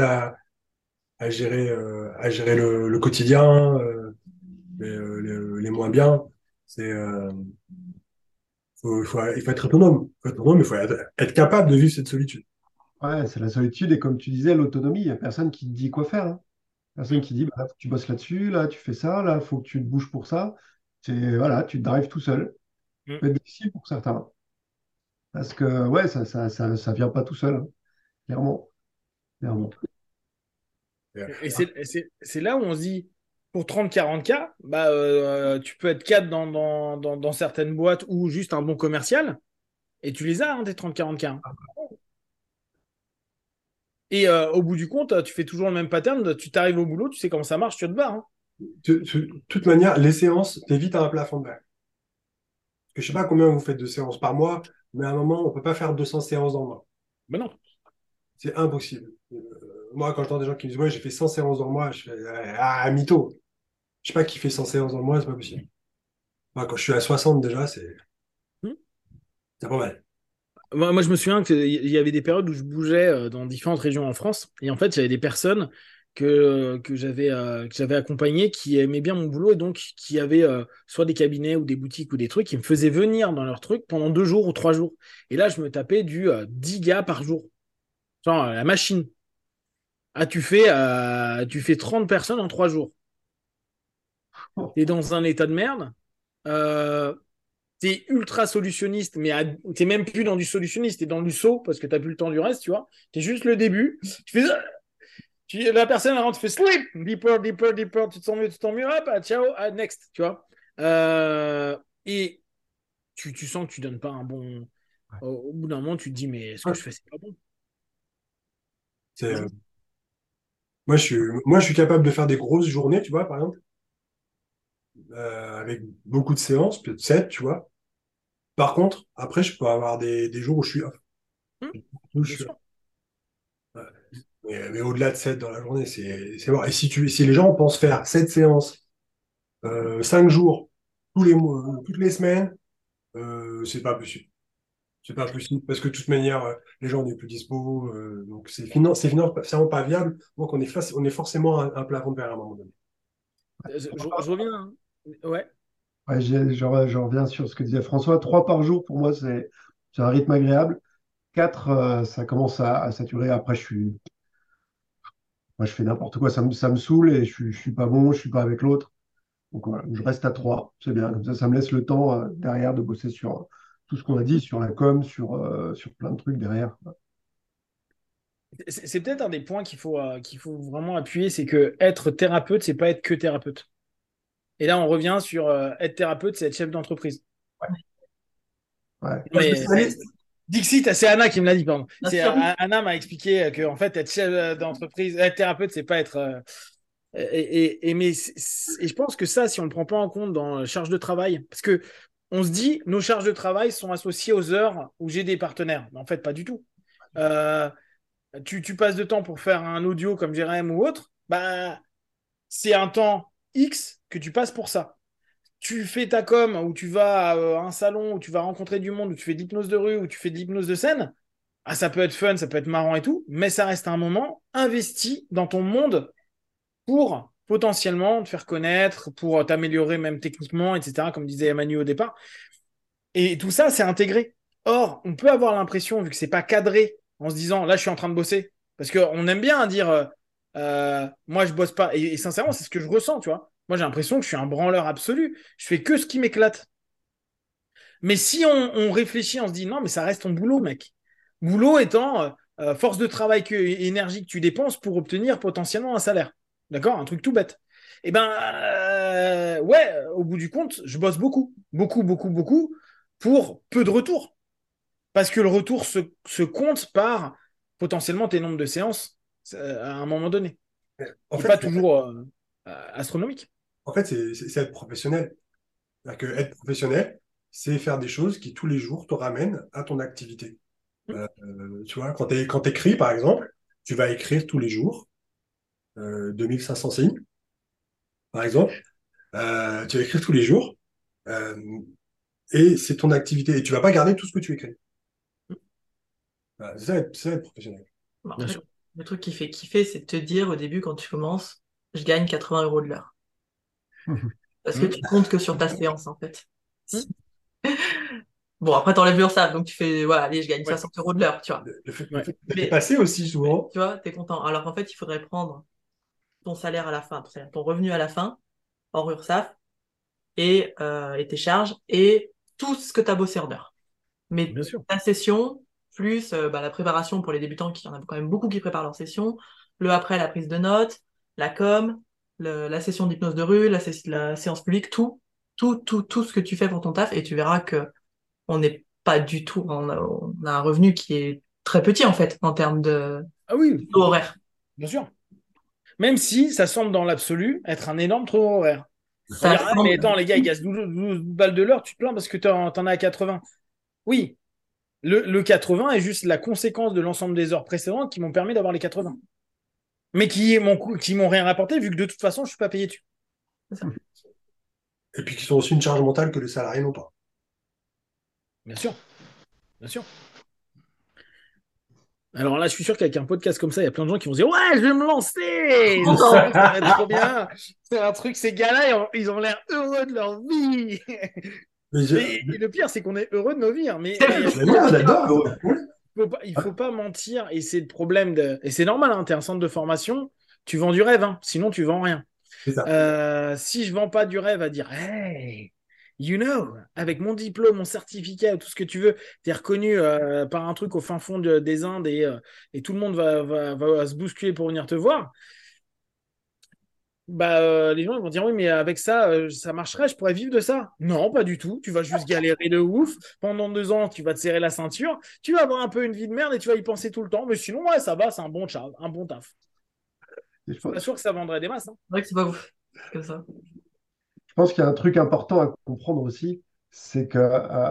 à gérer le quotidien, les moins bien. Il faut être autonome. Il faut être capable de vivre cette solitude. Ouais, c'est la solitude et comme tu disais, l'autonomie. Il n'y a personne qui te dit quoi faire, hein. Personne qui dit, bah, là, faut que tu bosses là-dessus, là, tu fais ça, là, il faut que tu te bouges pour ça. C'est, voilà, tu te drives tout seul. Ça Mm. peut être difficile pour certains. Parce que, ouais, ça vient pas tout seul, hein, clairement. Clairement. Et, Et c'est là où on se dit, pour 30-40K, bah, tu peux être 4 dans certaines boîtes ou juste un bon commercial, et tu les as, hein, tes 30-40K. Hein. Et au bout du compte, tu fais toujours le même pattern, tu t'arrives au boulot, tu sais comment ça marche, tu te barres. Hein. De toute manière, les séances, t'évites un plafond de verre. Parce que je sais pas combien vous faites de séances par mois, mais à un moment, on peut pas faire 200 séances dans le mois. Ben non. C'est impossible. Moi, quand j'entends des gens qui me disent, ouais, j'ai fait 100 séances dans le mois, je fais, ah, mytho. Je sais pas qui fait 100 séances dans le mois, c'est pas possible. Moi, quand je suis à 60 déjà, Hmm. c'est pas mal. Moi, je me souviens qu'il y avait des périodes où je bougeais dans différentes régions en France. Et en fait, j'avais des personnes que j'avais accompagnées qui aimaient bien mon boulot et donc qui avaient soit des cabinets ou des boutiques ou des trucs qui me faisaient venir dans leurs trucs pendant 2 jours ou 3 jours. Et là, je me tapais du 10 gars par jour. Genre, la machine. Ah, tu fais 30 personnes en 3 jours. T'es dans un état de merde. Euh, T'es ultra solutionniste, mais t'es même plus dans du solutionniste, t'es dans du saut parce que t'as plus le temps du reste, tu vois. T'es juste le début. La personne elle rentre, tu fais sleep, deeper, deeper, deeper, tu te sens mieux, hop, ciao, next, tu vois. Et tu sens que tu donnes pas un bon. Au bout d'un moment, tu te dis, mais ce que Ouais. je fais, c'est pas bon. C'est, moi, je suis capable de faire des grosses journées, tu vois, par exemple, avec beaucoup de séances, peut-être 7, tu vois. Par contre, après, je peux avoir des jours où je suis off. Hum, Où je bien suis off. sûr. Ouais. Mais au-delà de 7 dans la journée, c'est mort. Et si les gens pensent faire 7 séances, 5 jours, tous les mois, toutes les semaines, c'est pas possible. C'est pas possible parce que de toute manière, les gens n'est plus dispo. Donc c'est financièrement pas viable. Donc on est forcément un plafond de verre à un moment donné. Je reviens. Hein. Ouais. Ouais, je reviens sur ce que disait François. 3 par jour, pour moi, c'est un rythme agréable. 4, ça commence à saturer. Après, moi, je fais n'importe quoi. Ça me saoule et je suis pas bon, je suis pas avec l'autre. Donc voilà, je reste à 3. C'est bien. Comme ça me laisse le temps derrière de bosser sur tout ce qu'on a dit, sur la com, sur plein de trucs derrière. C'est peut-être un des points qu'il faut vraiment appuyer, c'est que être thérapeute, c'est pas être que thérapeute. Et là, on revient sur être thérapeute, c'est être chef d'entreprise. Ouais. Non, Moi, je me mais suis allé- Dixit, c'est Anna qui me l'a dit, pardon. Bien sûr. Anna m'a expliqué que en fait, être chef d'entreprise, être thérapeute, c'est pas être. Et je pense que ça, si on ne le prend pas en compte dans la charge de travail, parce que on se dit, nos charges de travail sont associées aux heures où j'ai des partenaires. Mais en fait, pas du tout. Euh, tu passes de temps pour faire un audio comme Jérém ou autre, bah, c'est un temps X que tu passes pour ça. Tu fais ta com, ou tu vas à un salon, où tu vas rencontrer du monde, où tu fais de l'hypnose de rue, où tu fais de l'hypnose de scène, ah, ça peut être fun, ça peut être marrant et tout, mais ça reste un moment investi dans ton monde pour potentiellement te faire connaître, pour t'améliorer même techniquement, etc., comme disait Emmanuel au départ. Et tout ça, c'est intégré. Or, on peut avoir l'impression, vu que c'est pas cadré, en se disant, là, je suis en train de bosser, parce qu'on aime bien dire, moi, je bosse pas. Et sincèrement, c'est ce que je ressens, tu vois. Moi, j'ai l'impression que je suis un branleur absolu. Je fais que ce qui m'éclate. Mais si on réfléchit, on se dit non, mais ça reste ton boulot, mec. Boulot étant force de travail et énergie que tu dépenses pour obtenir potentiellement un salaire. D'accord? Un truc tout bête. Eh ben, ouais, au bout du compte, je bosse beaucoup. Beaucoup, beaucoup, beaucoup pour peu de retour. Parce que le retour se compte par potentiellement tes nombres de séances à un moment donné. En Et fait, pas toujours astronomique. c'est être professionnel. C'est-à-dire que être professionnel, c'est faire des choses qui tous les jours te ramènent à ton activité. Tu vois, quand t'écris, par exemple, tu vas écrire tous les jours 2500 signes, par exemple. Tu vas écrire tous les jours euh, et c'est ton activité. Et tu vas pas garder tout ce que tu écris. Voilà, c'est ça être professionnel. Bon, Bien après, sûr. le truc qui fait kiffer, c'est de te dire au début, quand tu commences, je gagne 80 € de l'heure. Parce que Mmh. tu comptes que sur ta séance, en fait. Mmh. Bon, après, t'enlèves l'URSSAF, donc tu fais, voilà, allez, je gagne Ouais. 60 € de l'heure, tu vois. Le Ouais. fait d'être Mais, passé aussi souvent. tu vois, t'es content. Alors qu'en fait, il faudrait prendre ton salaire à la fin, ton revenu à la fin, hors URSSAF, et tes charges, et tout ce que tu as bossé en heure. Mais Bien sûr. ta session, plus la préparation pour les débutants, qui y en a quand même beaucoup qui préparent leur session, le après, la prise de notes, la com, la session d'hypnose de rue, la séance publique, tout ce que tu fais pour ton taf, et tu verras que on n'est pas du tout, on a un revenu qui est très petit en fait en termes de Ah oui, taux horaire. bien sûr. Même si ça semble dans l'absolu être un énorme taux horaire. On va Ça dire, ah, mais semble- attends, les gars, ils gagnent 12 balles de l'heure, tu te plains parce que t'en as à 80. Oui, le 80 est juste la conséquence de l'ensemble des heures précédentes qui m'ont permis d'avoir les 80. Mais qui m'ont rien rapporté vu que de toute façon, je suis pas payé dessus. Et puis qui sont aussi une charge mentale que les salariés n'ont pas. Bien sûr, bien sûr. Alors là, je suis sûr qu'avec un podcast comme ça, il y a plein de gens qui vont se dire ouais, je vais me lancer. Ça va être trop bien. C'est un truc, ces gars-là, ils ont l'air heureux de leur vie. Mais Et le pire, c'est qu'on est heureux de nos vies. Hein. Mais j'aime bien, j'adore. il faut pas mentir. Et c'est le problème et c'est normal. Hein, tu es un centre de formation, tu vends du rêve. Hein, sinon, tu vends rien. C'est ça. Si je vends pas du rêve à dire hey, you know, avec mon diplôme, mon certificat, tout ce que tu veux, tu es reconnu par un truc au fin fond des Indes et tout le monde va se bousculer pour venir te voir. Bah, les gens ils vont dire oui, mais avec ça, ça marcherait, je pourrais vivre de ça. Non, pas du tout. Tu vas juste galérer de ouf. Pendant 2 ans, tu vas te serrer la ceinture. Tu vas avoir un peu une vie de merde et tu vas y penser tout le temps. Mais sinon, ouais, ça va, c'est un bon taf. Et Je suis pas sûr que ça vendrait des masses. Hein. C'est vrai que c'est pas ouf comme ça. je pense qu'il y a un truc important à comprendre aussi, c'est que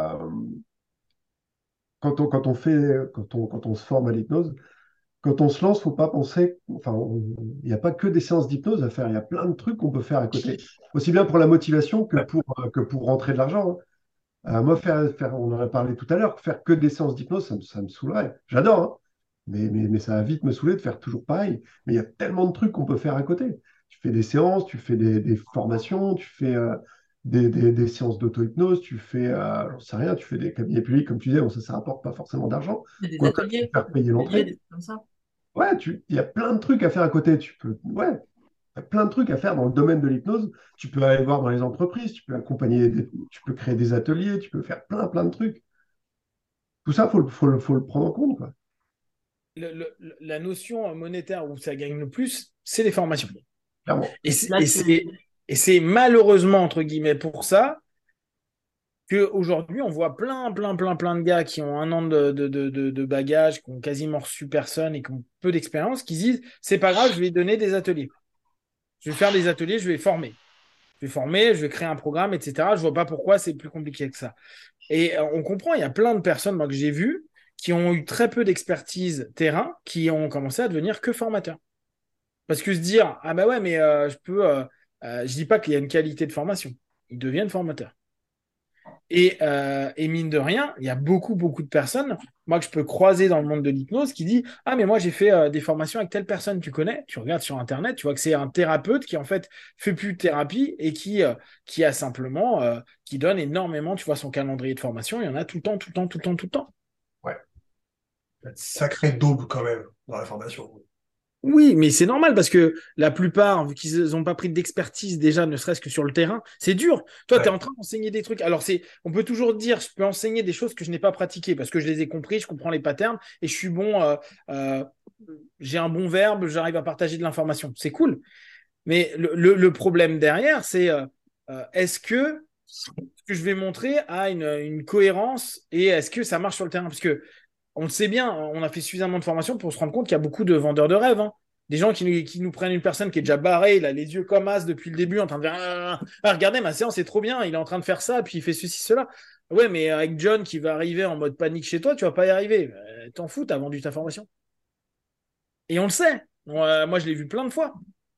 quand on se forme à l'hypnose, quand on se lance, faut pas penser, enfin, il n'y a pas que des séances d'hypnose à faire, il y a plein de trucs qu'on peut faire à côté, aussi bien pour la motivation que pour rentrer de l'argent. Hein. Moi, on en a parlé tout à l'heure, faire que des séances d'hypnose, ça me saoulerait. J'adore, hein. Mais ça va vite me saouler de faire toujours pareil. Mais il y a tellement de trucs qu'on peut faire à côté. Tu fais des séances, tu fais des formations, tu fais des séances d'auto-hypnose, tu fais, j'en sais rien, tu fais des cabinets publics, comme tu disais, bon, ça rapporte pas forcément d'argent. Il y a des Quoique, tu peux ateliers, faire payer des l'entrée. trucs comme ça. Ouais, il y a plein de trucs à faire à côté. Ouais, il y a plein de trucs à faire dans le domaine de l'hypnose. Tu peux aller voir dans les entreprises, tu peux tu peux créer des ateliers, tu peux faire plein de trucs. Tout ça, faut le prendre en compte, quoi. La notion monétaire où ça gagne le plus, c'est les formations. Clairement. Et Là, c'est malheureusement, entre guillemets, pour ça qu'aujourd'hui, on voit plein de gars qui ont 1 an de bagages, qui ont quasiment reçu personne et qui ont peu d'expérience, qui disent, c'est pas grave, je vais donner des ateliers. Je vais faire des ateliers, je vais former. Je vais former, je vais créer un programme, etc. Je vois pas pourquoi c'est plus compliqué que ça. Et on comprend, il y a plein de personnes moi, que j'ai vues qui ont eu très peu d'expertise terrain, qui ont commencé à devenir que formateurs. Parce que se dire, ah bah ouais, mais je dis pas qu'il y a une qualité de formation. Ils deviennent formateurs. Et mine de rien, il y a beaucoup de personnes, moi que je peux croiser dans le monde de l'hypnose, qui dit, ah mais moi j'ai fait des formations avec telle personne, tu connais, tu regardes sur Internet, tu vois que c'est un thérapeute qui en fait fait plus de thérapie et qui a simplement, qui donne énormément, tu vois son calendrier de formation, il y en a tout le temps. Ouais. Sacré daube quand même dans la formation. Oui, mais c'est normal parce que la plupart, vu qu'ils n'ont pas pris d'expertise déjà, ne serait-ce que sur le terrain, c'est dur. Toi, tu es Ouais. en train d'enseigner des trucs. Alors, on peut toujours dire, je peux enseigner des choses que je n'ai pas pratiquées parce que je les ai compris, je comprends les patterns et je suis bon, euh, j'ai un bon verbe, j'arrive à partager de l'information. C'est cool. Mais le problème derrière, c'est est-ce que ce que je vais montrer a une cohérence et est-ce que ça marche sur le terrain? Parce que on le sait bien, on a fait suffisamment de formation pour se rendre compte qu'il y a beaucoup de vendeurs de rêves. Hein. Des gens qui nous prennent une personne qui est déjà barrée, il a les yeux comme as depuis le début, en train de dire regardez, ma séance est trop bien, il est en train de faire ça, puis il fait ceci, cela. Ouais, mais avec John qui va arriver en mode panique chez toi, tu vas pas y arriver. T'en fous, t'as vendu ta formation. Et on le sait. Moi, je l'ai vu plein de fois.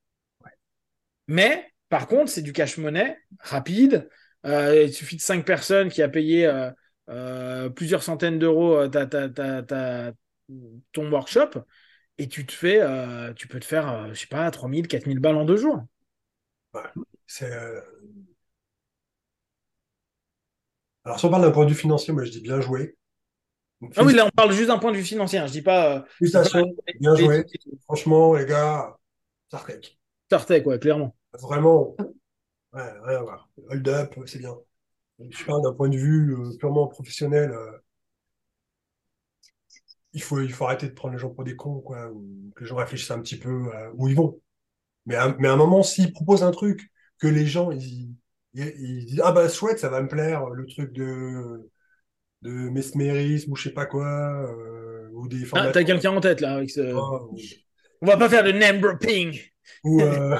Mais, par contre, c'est du cash-money rapide. Il suffit de 5 personnes qui a payé plusieurs centaines d'euros ton workshop et tu peux te faire, je sais pas, 3000, 4000 balles en 2 jours. Ouais. C'est, Alors, si on parle d'un point de vue financier, moi je dis bien joué. Donc, Ah oui, là, on parle juste d'un point de vue financier. Hein. Je dis pas félicitations, bien les joué. trucs Franchement, les gars, ça retèque. Startech, quoi, clairement. Vraiment, ouais, rien à voir. Hold up, c'est bien. Je parle d'un point de vue purement professionnel. Il faut arrêter de prendre les gens pour des cons, quoi. Ou que les gens réfléchissent un petit peu où ils vont. Mais à un moment, s'il propose un truc que les gens, ils disent, ah bah chouette, ça va me plaire, le truc de mesmérisme ou je sais pas quoi, ou des Ah, t'as formations. quelqu'un en tête là avec ce. Ou, On va pas faire de name dropping. ou, euh,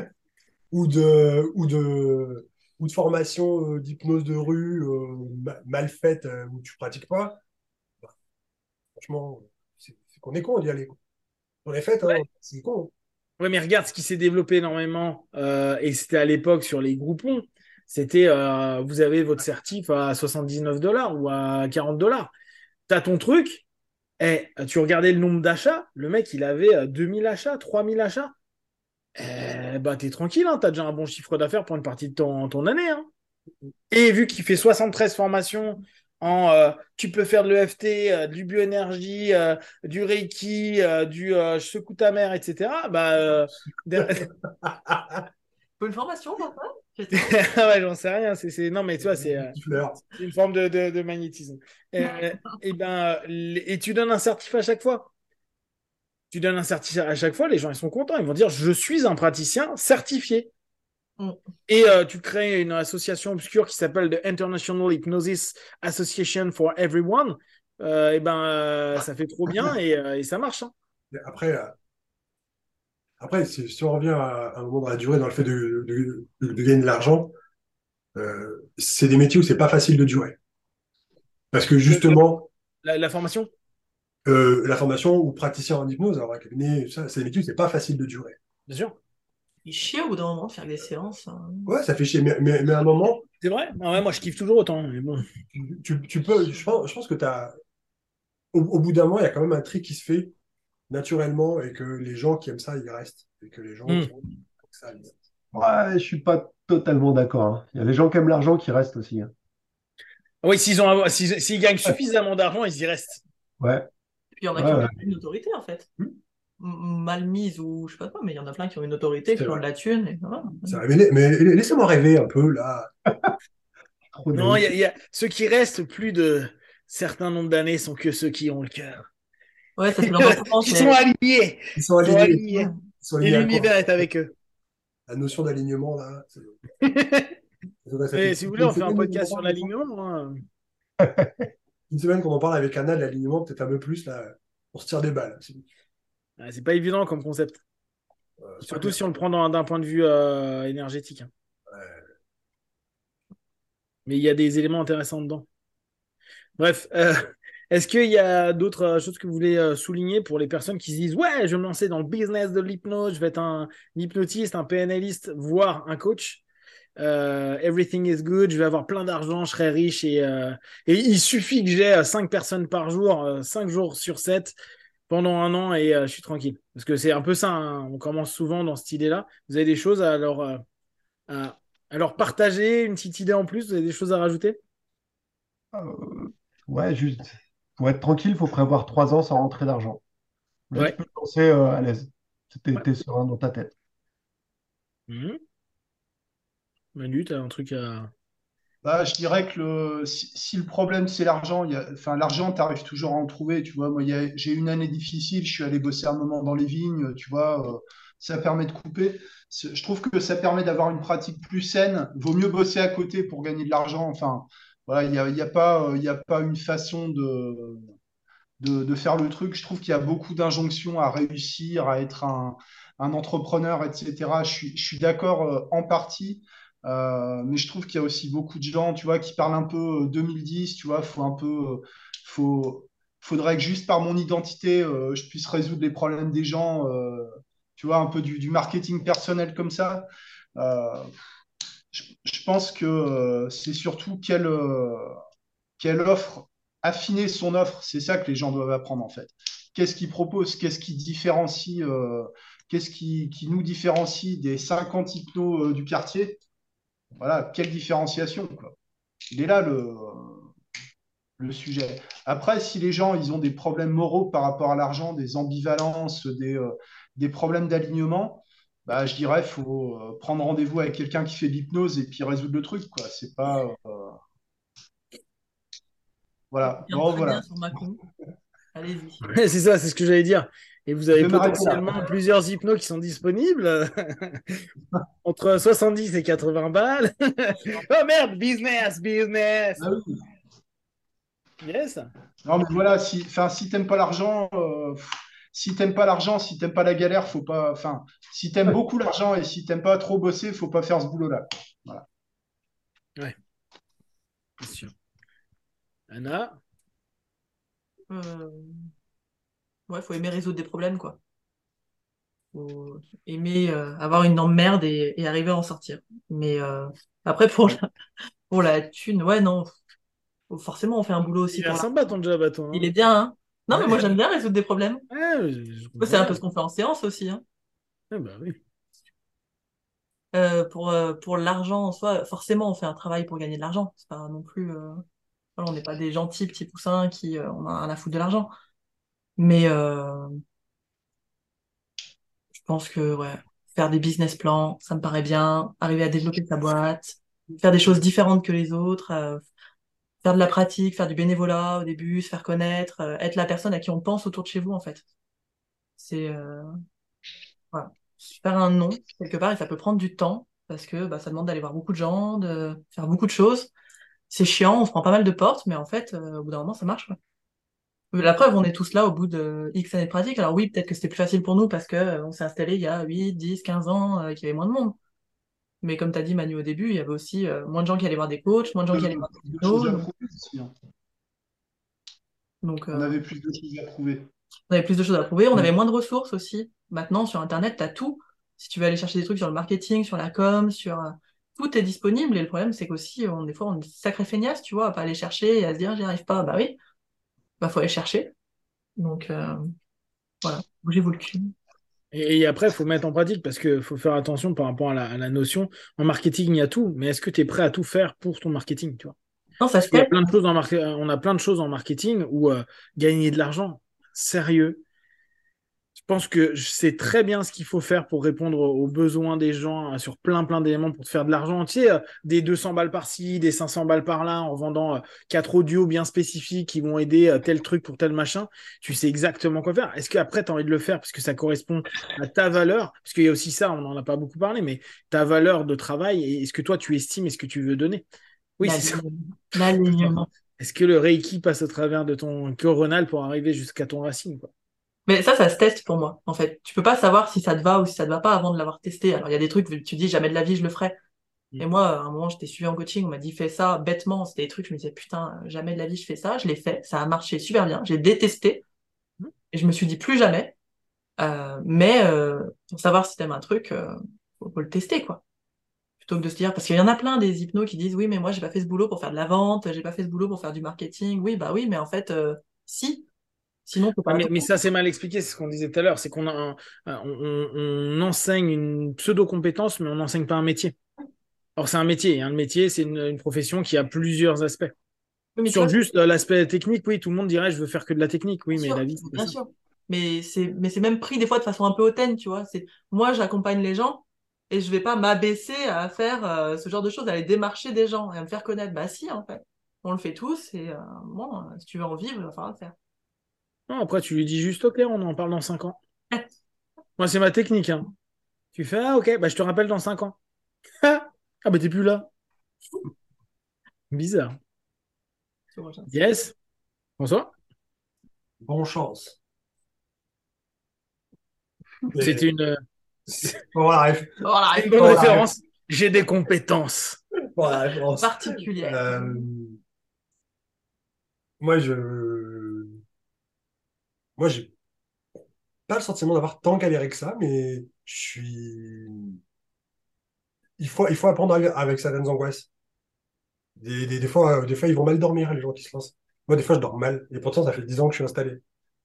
ou de formation d'hypnose de rue mal faite où tu pratiques pas, bah, franchement, c'est qu'on est con d'y aller, quoi. On est fait, hein, c'est con. Ouais, mais regarde ce qui s'est développé énormément, et c'était à l'époque sur les groupons. C'était, vous avez votre certif à 79 $ ou à 40 $. T'as ton truc, et tu regardais le nombre d'achats, le mec, il avait 2000 achats, 3000 achats. Bah, t'es tranquille, hein, t'as déjà un bon chiffre d'affaires pour une partie de ton année, hein. Et vu qu'il fait 73 formations en tu peux faire de l'EFT, du bioénergie, du Reiki, du je secoue ta mère, etc. Bah, Faut une formation pour ça? C'est ça? ouais, j'en sais rien. Non, mais tu vois, Petit fleur. c'est une forme de magnétisme. Et ben, et tu donnes un certif à chaque fois. Tu donnes un certif à chaque fois, les gens ils sont contents. Ils vont dire je suis un praticien certifié. Mm. Et tu crées une association obscure qui s'appelle the International Hypnosis Association for Everyone. Et ben, ça fait trop bien et ça marche, hein. Après, si on revient à un moment dans la durée, dans le fait de gagner de l'argent, c'est des métiers où c'est pas facile de durer. Parce que Le- justement, la formation, la formation ou praticien en hypnose, alors un cabinet, ça, c'est des métiers où c'est pas facile de durer. bien sûr. Il chie au bout d'un moment de faire des séances, hein. Ouais, ça fait chier, mais à un moment, C'est vrai? Ah ouais, moi je kiffe toujours autant. Mais bon. tu peux, je pense que au bout d'un moment, il y a quand même un tri qui se fait naturellement et que les gens qui aiment ça, ils restent. Et que les gens qui Hmm. aiment ça, ils restent. Ouais, je suis pas totalement d'accord, hein. Il y a les gens qui aiment l'argent qui restent aussi, hein. Oui, s'ils gagnent suffisamment d'argent, ils y restent. Ouais, Puis il y en a ouais, qui ont ouais. une autorité, en fait. Hmm. Mal mise ou je sais pas quoi, mais il y en a plein qui ont une autorité, C'est qui ont vrai. de la thune, et voilà. C'est vrai. Mais laissez-moi rêver un peu, là. Trop Non, naïf. ceux qui restent plus de certains nombres d'années sont que ceux qui ont le cœur. Ouais, ça c'est dans l'autre sens, Qui sont mais alignés. Ils sont Ils sont alignés. ouais. alignés. Ils sont Et alignés à quoi? l'univers est avec eux. La notion d'alignement, là. Ça fait Et si vous voulez, une on fait un semaine qu'on en podcast sur parle, maintenant. l'alignement, hein. Une semaine qu'on en parle avec Anna de l'alignement, peut-être un peu plus, là. On se tire des balles. C'est pas évident comme concept. C'est pas Surtout clair. si on le prend d'un point de vue énergétique, hein. Ouais. Mais il y a des éléments intéressants dedans. Bref, est-ce qu'il y a d'autres choses que vous voulez souligner pour les personnes qui se disent ouais, je vais me lancer dans le business de l'hypnose, je vais être un hypnotiste, un PNListe, voire un coach. Everything is good, je vais avoir plein d'argent, je serai riche et il suffit que j'ai 5 personnes par jour, 5 jours sur 7 pendant un an et je suis tranquille. Parce que c'est un peu ça, hein. On commence souvent dans cette idée-là. Vous avez des choses à, à leur partager, une petite idée en plus, vous avez des choses à rajouter? Euh, ouais, juste, pour être tranquille, il faut prévoir 3 ans sans rentrer d'argent. Là, tu Ouais. peux te lancer à l'aise. Ouais. T'es serein dans ta tête. Mhm. Manu, t'as un truc à. Bah, je dirais que si le problème c'est l'argent, enfin, l'argent, tu arrives toujours à en trouver. Tu vois, moi, j'ai eu une année difficile, je suis allé bosser un moment dans les vignes, tu vois, ça permet de couper. Je trouve que ça permet d'avoir une pratique plus saine. Vaut mieux bosser à côté pour gagner de l'argent. Enfin, voilà, il y a pas une façon de faire le truc. Je trouve qu'il y a beaucoup d'injonctions à réussir, à être un entrepreneur, etc. Je suis d'accord en partie, mais je trouve qu'il y a aussi beaucoup de gens, tu vois, qui parlent un peu 2010, tu vois, faut un peu, faut, faudrait que juste par mon identité, je puisse résoudre les problèmes des gens, tu vois, un peu du marketing personnel comme ça. Euh, je pense que c'est surtout quelle offre, affiner son offre, c'est ça que les gens doivent apprendre en fait. Qu'est-ce qu'ils proposent, qu'est-ce qui nous différencie des 50 hypnos du quartier. Voilà, quelle différenciation, quoi. Il est là le sujet. Après, si les gens ils ont des problèmes moraux par rapport à l'argent, des ambivalences, des problèmes d'alignement, bah, je dirais faut prendre rendez-vous avec quelqu'un qui fait de l'hypnose et puis résoudre le truc, quoi. C'est pas Ça voilà. confirme Bon, très bien voilà. sur Macron. Allez-y. Ouais, c'est ça, c'est ce que j'allais dire. Et vous Je avez vais m'arrêter là. potentiellement plusieurs hypnos qui sont disponibles entre 70 et 80 balles. Oh merde, business, business. Ah oui. Yes. Non, mais voilà, si t'aimes pas l'argent, si t'aimes pas l'argent, si t'aimes pas la galère, faut pas. Enfin, si t'aimes Ouais. beaucoup l'argent et si t'aimes pas trop bosser, faut pas faire ce boulot-là. Voilà. Ouais, c'est sûr. Anna, Euh, Ouais, faut aimer résoudre des problèmes, quoi. Faut aimer avoir une emmerde et arriver à en sortir. Mais après, pour la thune, ouais, non. Forcément, on fait un boulot aussi il est pour sympa l'argent. ton job à toi. Il Hein. est bien, hein. Non, mais moi, Ouais, j'aime bien résoudre des problèmes. ouais, je C'est comprends un peu bien. ce qu'on fait en séance aussi, hein. Ouais, bah oui. Pour l'argent en soi, forcément, on fait un travail pour gagner de l'argent. C'est pas non plus, voilà, on n'est pas des gentils petits poussins qui on a rien à foutre de l'argent. Mais je pense que ouais, faire des business plans, ça me paraît bien. Arriver à développer sa boîte, faire des choses différentes que les autres, faire de la pratique, faire du bénévolat au début, se faire connaître, être la personne à qui on pense autour de chez vous en fait. C'est voilà, faire un nom quelque part et ça peut prendre du temps parce que bah, ça demande d'aller voir beaucoup de gens, de faire beaucoup de choses. C'est chiant, on se prend pas mal de portes, mais en fait, au bout d'un moment, ça marche, quoi. La preuve, on est tous là au bout de X années de pratique. Alors oui, peut-être que c'était plus facile pour nous parce que on s'est installé il y a 8, 10, 15 ans, qu'il y avait moins de monde. Mais comme tu as dit, Manu, au début, il y avait aussi moins de gens qui allaient voir des coachs, moins de gens qui allaient voir des Plus de choses hypnos. à Donc, prouver aussi, hein. donc, On avait plus de choses à prouver. on avait plus de choses à prouver. On avait Mm. moins de ressources aussi. Maintenant, sur Internet, tu as tout. Si tu veux aller chercher des trucs sur le marketing, sur la com, sur... tout est disponible. Et le problème, c'est qu'aussi, des fois, on est sacré feignasse, tu vois, à pas aller chercher et à se dire, j'y arrive pas. Bah oui, bah faut aller chercher. Donc, voilà, bougez-vous le cul. Et après, il faut mettre en pratique parce qu'il faut faire attention par rapport à la notion. En marketing, il y a tout, mais est-ce que tu es prêt à tout faire pour ton marketing, tu vois? Non, ça Parce se qu'il y a teste. plein de choses on a plein de choses en marketing où gagner de l'argent, sérieux. Je pense que je sais très bien ce qu'il faut faire pour répondre aux besoins des gens sur plein d'éléments pour te faire de l'argent. Tu sais, des 200 balles par-ci, des 500 balles par-là, en vendant 4 audios bien spécifiques qui vont aider tel truc pour tel machin. Tu sais exactement quoi faire. Est-ce qu'après, tu as envie de le faire parce que ça correspond à ta valeur? Parce qu'il y a aussi ça, on n'en a pas beaucoup parlé, mais ta valeur de travail et est-ce que toi, tu estimes et ce que tu veux donner? Oui, c'est ça. L'alignement. L'alignement. Est-ce que le Reiki passe au travers de ton coronal pour arriver jusqu'à ton racine, quoi? Mais ça se teste pour moi, en fait. Tu peux pas savoir si ça te va ou si ça te va pas avant de l'avoir testé. Alors, il y a des trucs, tu dis, jamais de la vie, je le ferai. Et moi, à un moment, j'étais suivi en coaching, on m'a dit, fais ça bêtement. C'était des trucs, je me disais, putain, jamais de la vie, je fais ça. Je l'ai fait. Ça a marché super bien. J'ai détesté. Et je me suis dit, plus jamais. Mais pour savoir si t'aimes un truc, faut le tester, quoi. Plutôt que de se dire, parce qu'il y en a plein des hypnos qui disent, oui, mais moi, j'ai pas fait ce boulot pour faire de la vente, j'ai pas fait ce boulot pour faire du marketing. Oui, bah oui, mais en fait, si. Sinon, faut Ouais, pas mais attendre. ça, c'est mal expliqué, c'est ce qu'on disait tout à l'heure. C'est qu'on a on enseigne une pseudo-compétence, mais on n'enseigne pas un métier. Or, c'est un métier. Hein. Le métier, c'est une profession qui a plusieurs aspects. Oui, mais tu Sur vois, juste l'aspect technique, oui, tout le monde dirait je veux faire que de la technique. Oui, bien mais sûr, la vie, c'est pas bien ça. sûr. Mais c'est même pris des fois de façon un peu hautaine, tu vois. C'est moi j'accompagne les gens et je vais pas m'abaisser à faire ce genre de choses, à aller démarcher des gens et à me faire connaître. Bah si, en fait. On le fait tous et bon, si tu veux en vivre, il va falloir le faire. Non, après, tu lui dis juste, ok, on en parle dans 5 ans. Moi, c'est ma technique. Hein. Tu fais, ah, ok, bah, je te rappelle dans 5 ans. Ah, bah, t'es plus là. Bizarre. Tu vois, genre. Yes. Bonsoir. Bonne chance. C'était Et une, voilà, Voilà, c'est une bonne voilà, référence. J'ai des compétences. voilà, je pense. particulière. Moi, moi, j'ai pas le sentiment d'avoir tant galéré que ça, mais je suis. Il faut apprendre avec certaines angoisses. Des fois, ils vont mal dormir, les gens qui se lancent. Moi, des fois, je dors mal. Et pourtant, ça fait 10 ans que je suis installé.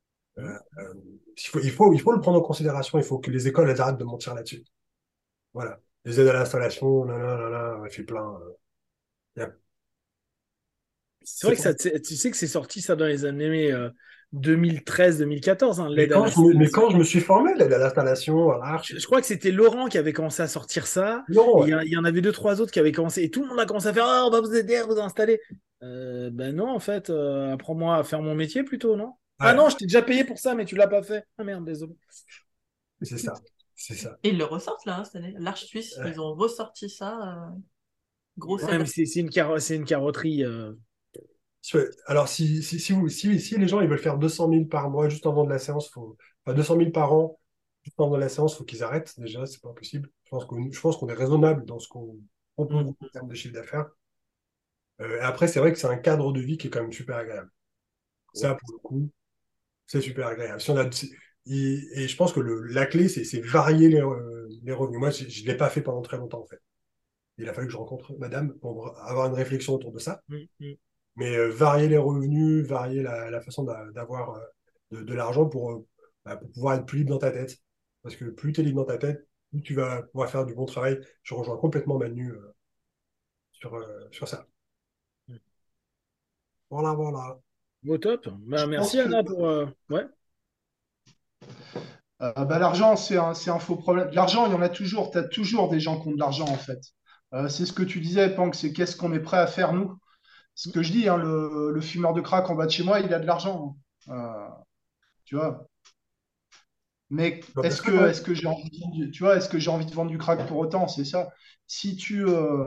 Il faut le prendre en considération. Il faut que les écoles elles arrêtent de mentir là-dessus. Voilà. Les aides à l'installation, là, là, là, là, on a fait plein. Y a- C'est vrai c'est que pas- ça, tu sais que c'est sorti ça dans les années 2013-2014, hein, Mais l'aide à mais l'installation. quand je me suis formé, l'aide à l'installation, voilà, Je crois que c'était Laurent qui avait commencé à sortir ça. non, Et ouais. il y en avait deux, trois autres qui avaient commencé. Et tout le monde a commencé à faire ah, on va vous aider à vous installer. Ben non, en fait, apprends-moi à faire mon métier plutôt, non? Ah Ouais, non, je t'ai déjà payé pour ça, mais tu l'as pas fait. Ah merde, désolé. c'est ça. C'est ça. Et ils le ressortent là, hein, cette année. L'Arche Suisse, Ouais. ils ont ressorti ça. Grosse Ouais, mais adaptation. c'est une carrotterie. Alors, si les gens ils veulent faire 200 000 par mois juste en vendant de la séance, enfin 200 000 par an juste en vendant de la séance, faut qu'ils arrêtent. Déjà, c'est pas possible. Je pense qu'on est raisonnable dans ce qu'on propose Mm. en termes de chiffre d'affaires. Et après, c'est vrai que c'est un cadre de vie qui est quand même super agréable. Ouais. Ça, pour le coup, c'est super agréable. Si on a, et je pense que la clé, c'est varier les revenus. Moi, je ne l'ai pas fait pendant très longtemps, en fait. Il a fallu que je rencontre madame pour avoir une réflexion autour de ça. Mm, mm. Mais varier les revenus, varier la façon d'avoir de l'argent pour pouvoir être plus libre dans ta tête. Parce que plus tu es libre dans ta tête, plus tu vas pouvoir faire du bon travail. Je rejoins complètement Manu sur ça. Voilà, voilà. Au top. Bah, Je pense merci que Anna pour. Ouais. l'argent, c'est un faux problème. L'argent, il y en a toujours. Tu as toujours des gens qui ont de l'argent, en fait. C'est ce que tu disais, Pank, c'est qu'est-ce qu'on est prêt à faire, nous. Ce que je dis, hein, le fumeur de crack en bas de chez moi, il a de l'argent, hein. Tu vois. Mais Bah, bien sûr, ouais. est-ce que j'ai envie de, tu vois, est-ce que j'ai envie de vendre du crack pour autant? C'est ça. Si tu,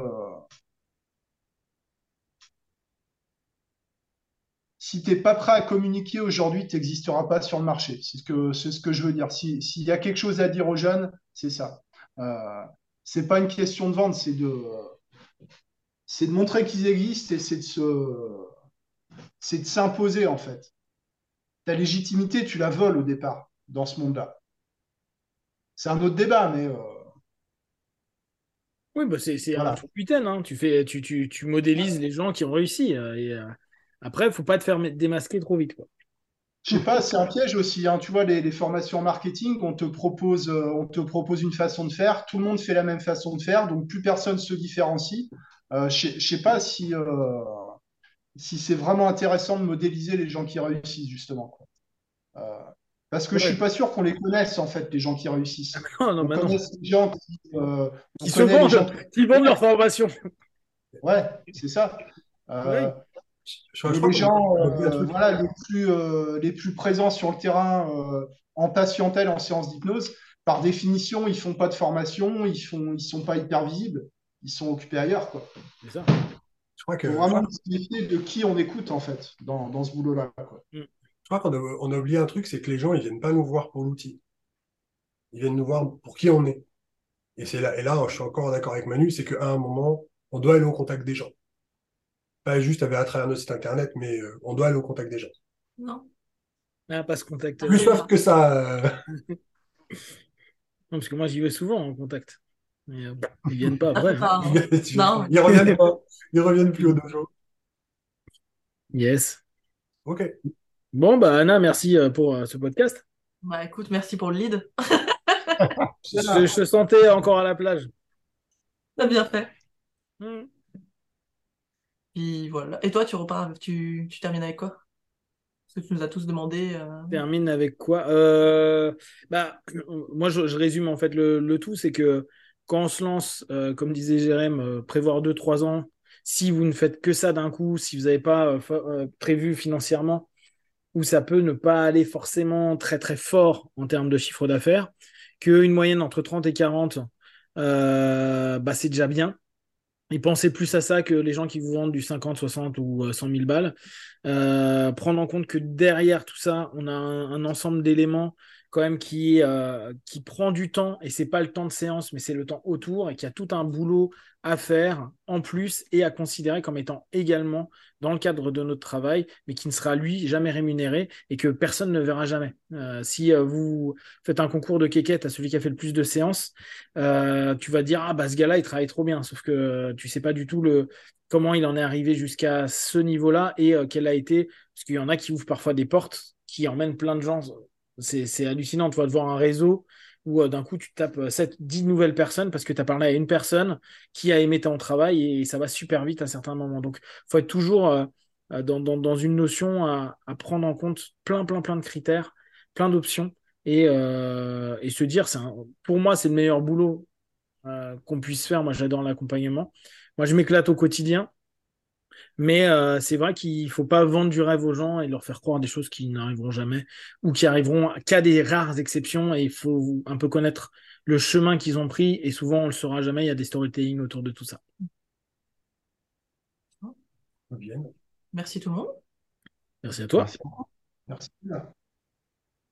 si t'es pas prêt à communiquer aujourd'hui, tu n'existeras pas sur le marché. C'est ce que je veux dire. S'il y a quelque chose à dire aux jeunes, c'est ça. Euh, c'est pas une question de vente, c'est de montrer qu'ils existent et c'est de s'imposer en fait. Ta légitimité, tu la voles au départ dans ce monde-là. C'est un autre débat, mais Oui, bah c'est un voilà. Truc-Huitaine, hein. Tu modélises les gens qui ont réussi. Après, il faut pas te faire démasquer trop vite, quoi. Je sais pas, c'est un piège aussi, hein. Tu vois, les formations en marketing, on te propose une façon de faire, tout le monde fait la même façon de faire, donc plus personne se différencie. Je sais pas si c'est vraiment intéressant de modéliser les gens qui réussissent, justement, quoi. Euh, parce que je suis Ouais. pas sûr qu'on les connaisse, en fait, les gens qui réussissent. Non, non, On bah non. connaît on Qui se connaît les gens vendent, qui... qui vendent leur formation. Ouais, c'est ça. Euh, Oui. Je et crois les qu'on gens, on oublie un truc. voilà, les plus présents sur le terrain, en patientèle, en séance d'hypnose, par définition, ils font pas de formation, ils sont pas hyper visibles, ils sont occupés ailleurs, quoi. C'est ça. Je crois Faut que, vraiment se méfier de qui on écoute, en fait, dans ce boulot-là, quoi. Mm. je crois qu'on a oublié un truc, c'est que les gens, ils viennent pas nous voir pour l'outil. Ils viennent nous voir pour qui on est. Et là, je suis encore d'accord avec Manu, c'est qu'à un moment, on doit aller au contact des gens. Pas juste à travers notre site internet, mais on doit aller au contact des gens. Non. Ah, pas ce contact-là. Plus Et soif ben, que ça. Non, parce que moi, j'y vais souvent en contact. Mais ils viennent pas ça après, fait hein. pas. Non. Ils reviennent pas. Ils reviennent plus au dojo. Yes. Ok. Bon, bah Anna, merci pour ce podcast. Bah écoute, merci pour le lead. Je te sentais encore à la plage. T'as bien fait. Mm. Puis voilà. Et toi, tu repars, tu termines avec quoi? Parce que tu nous as tous demandé. Termine avec quoi? Bah, moi, je résume en fait le tout, c'est que quand on se lance, comme disait Jérém, prévoir 2, 3 ans, si vous ne faites que ça d'un coup, si vous n'avez pas prévu financièrement, ou ça peut ne pas aller forcément très très fort en termes de chiffre d'affaires, qu'une moyenne entre 30 et 40, bah, c'est déjà bien. Et pensez plus à ça que les gens qui vous vendent du 50, 60 ou 100 000 balles. Prendre en compte que derrière tout ça, on a un ensemble d'éléments quand même qui prend du temps, et c'est pas le temps de séance, mais c'est le temps autour, et qu'il y a tout un boulot à faire en plus et à considérer comme étant également dans le cadre de notre travail, mais qui ne sera lui jamais rémunéré et que personne ne verra jamais. Si vous faites un concours de quéquette à celui qui a fait le plus de séances, tu vas dire ah bah ce gars-là il travaille trop bien, sauf que tu sais pas du tout comment il en est arrivé jusqu'à ce niveau-là et quel a été, parce qu'il y en a qui ouvrent parfois des portes qui emmènent plein de gens. C'est hallucinant, tu vois, de voir un réseau où d'un coup tu tapes 7, 10 nouvelles personnes parce que tu as parlé à une personne qui a aimé ton travail, et ça va super vite à certains moments. Donc il faut être toujours dans une notion à prendre en compte plein de critères, plein d'options, et se dire, pour moi, c'est le meilleur boulot qu'on puisse faire. Moi, j'adore l'accompagnement. Moi, je m'éclate au quotidien. Mais c'est vrai qu'il faut pas vendre du rêve aux gens et leur faire croire des choses qui n'arriveront jamais ou qui arriveront qu'à des rares exceptions. Et il faut un peu connaître le chemin qu'ils ont pris. Et souvent, on le saura jamais. Il y a des storytelling autour de tout ça. Bien. Merci tout le monde. Merci à toi. Merci. Merci.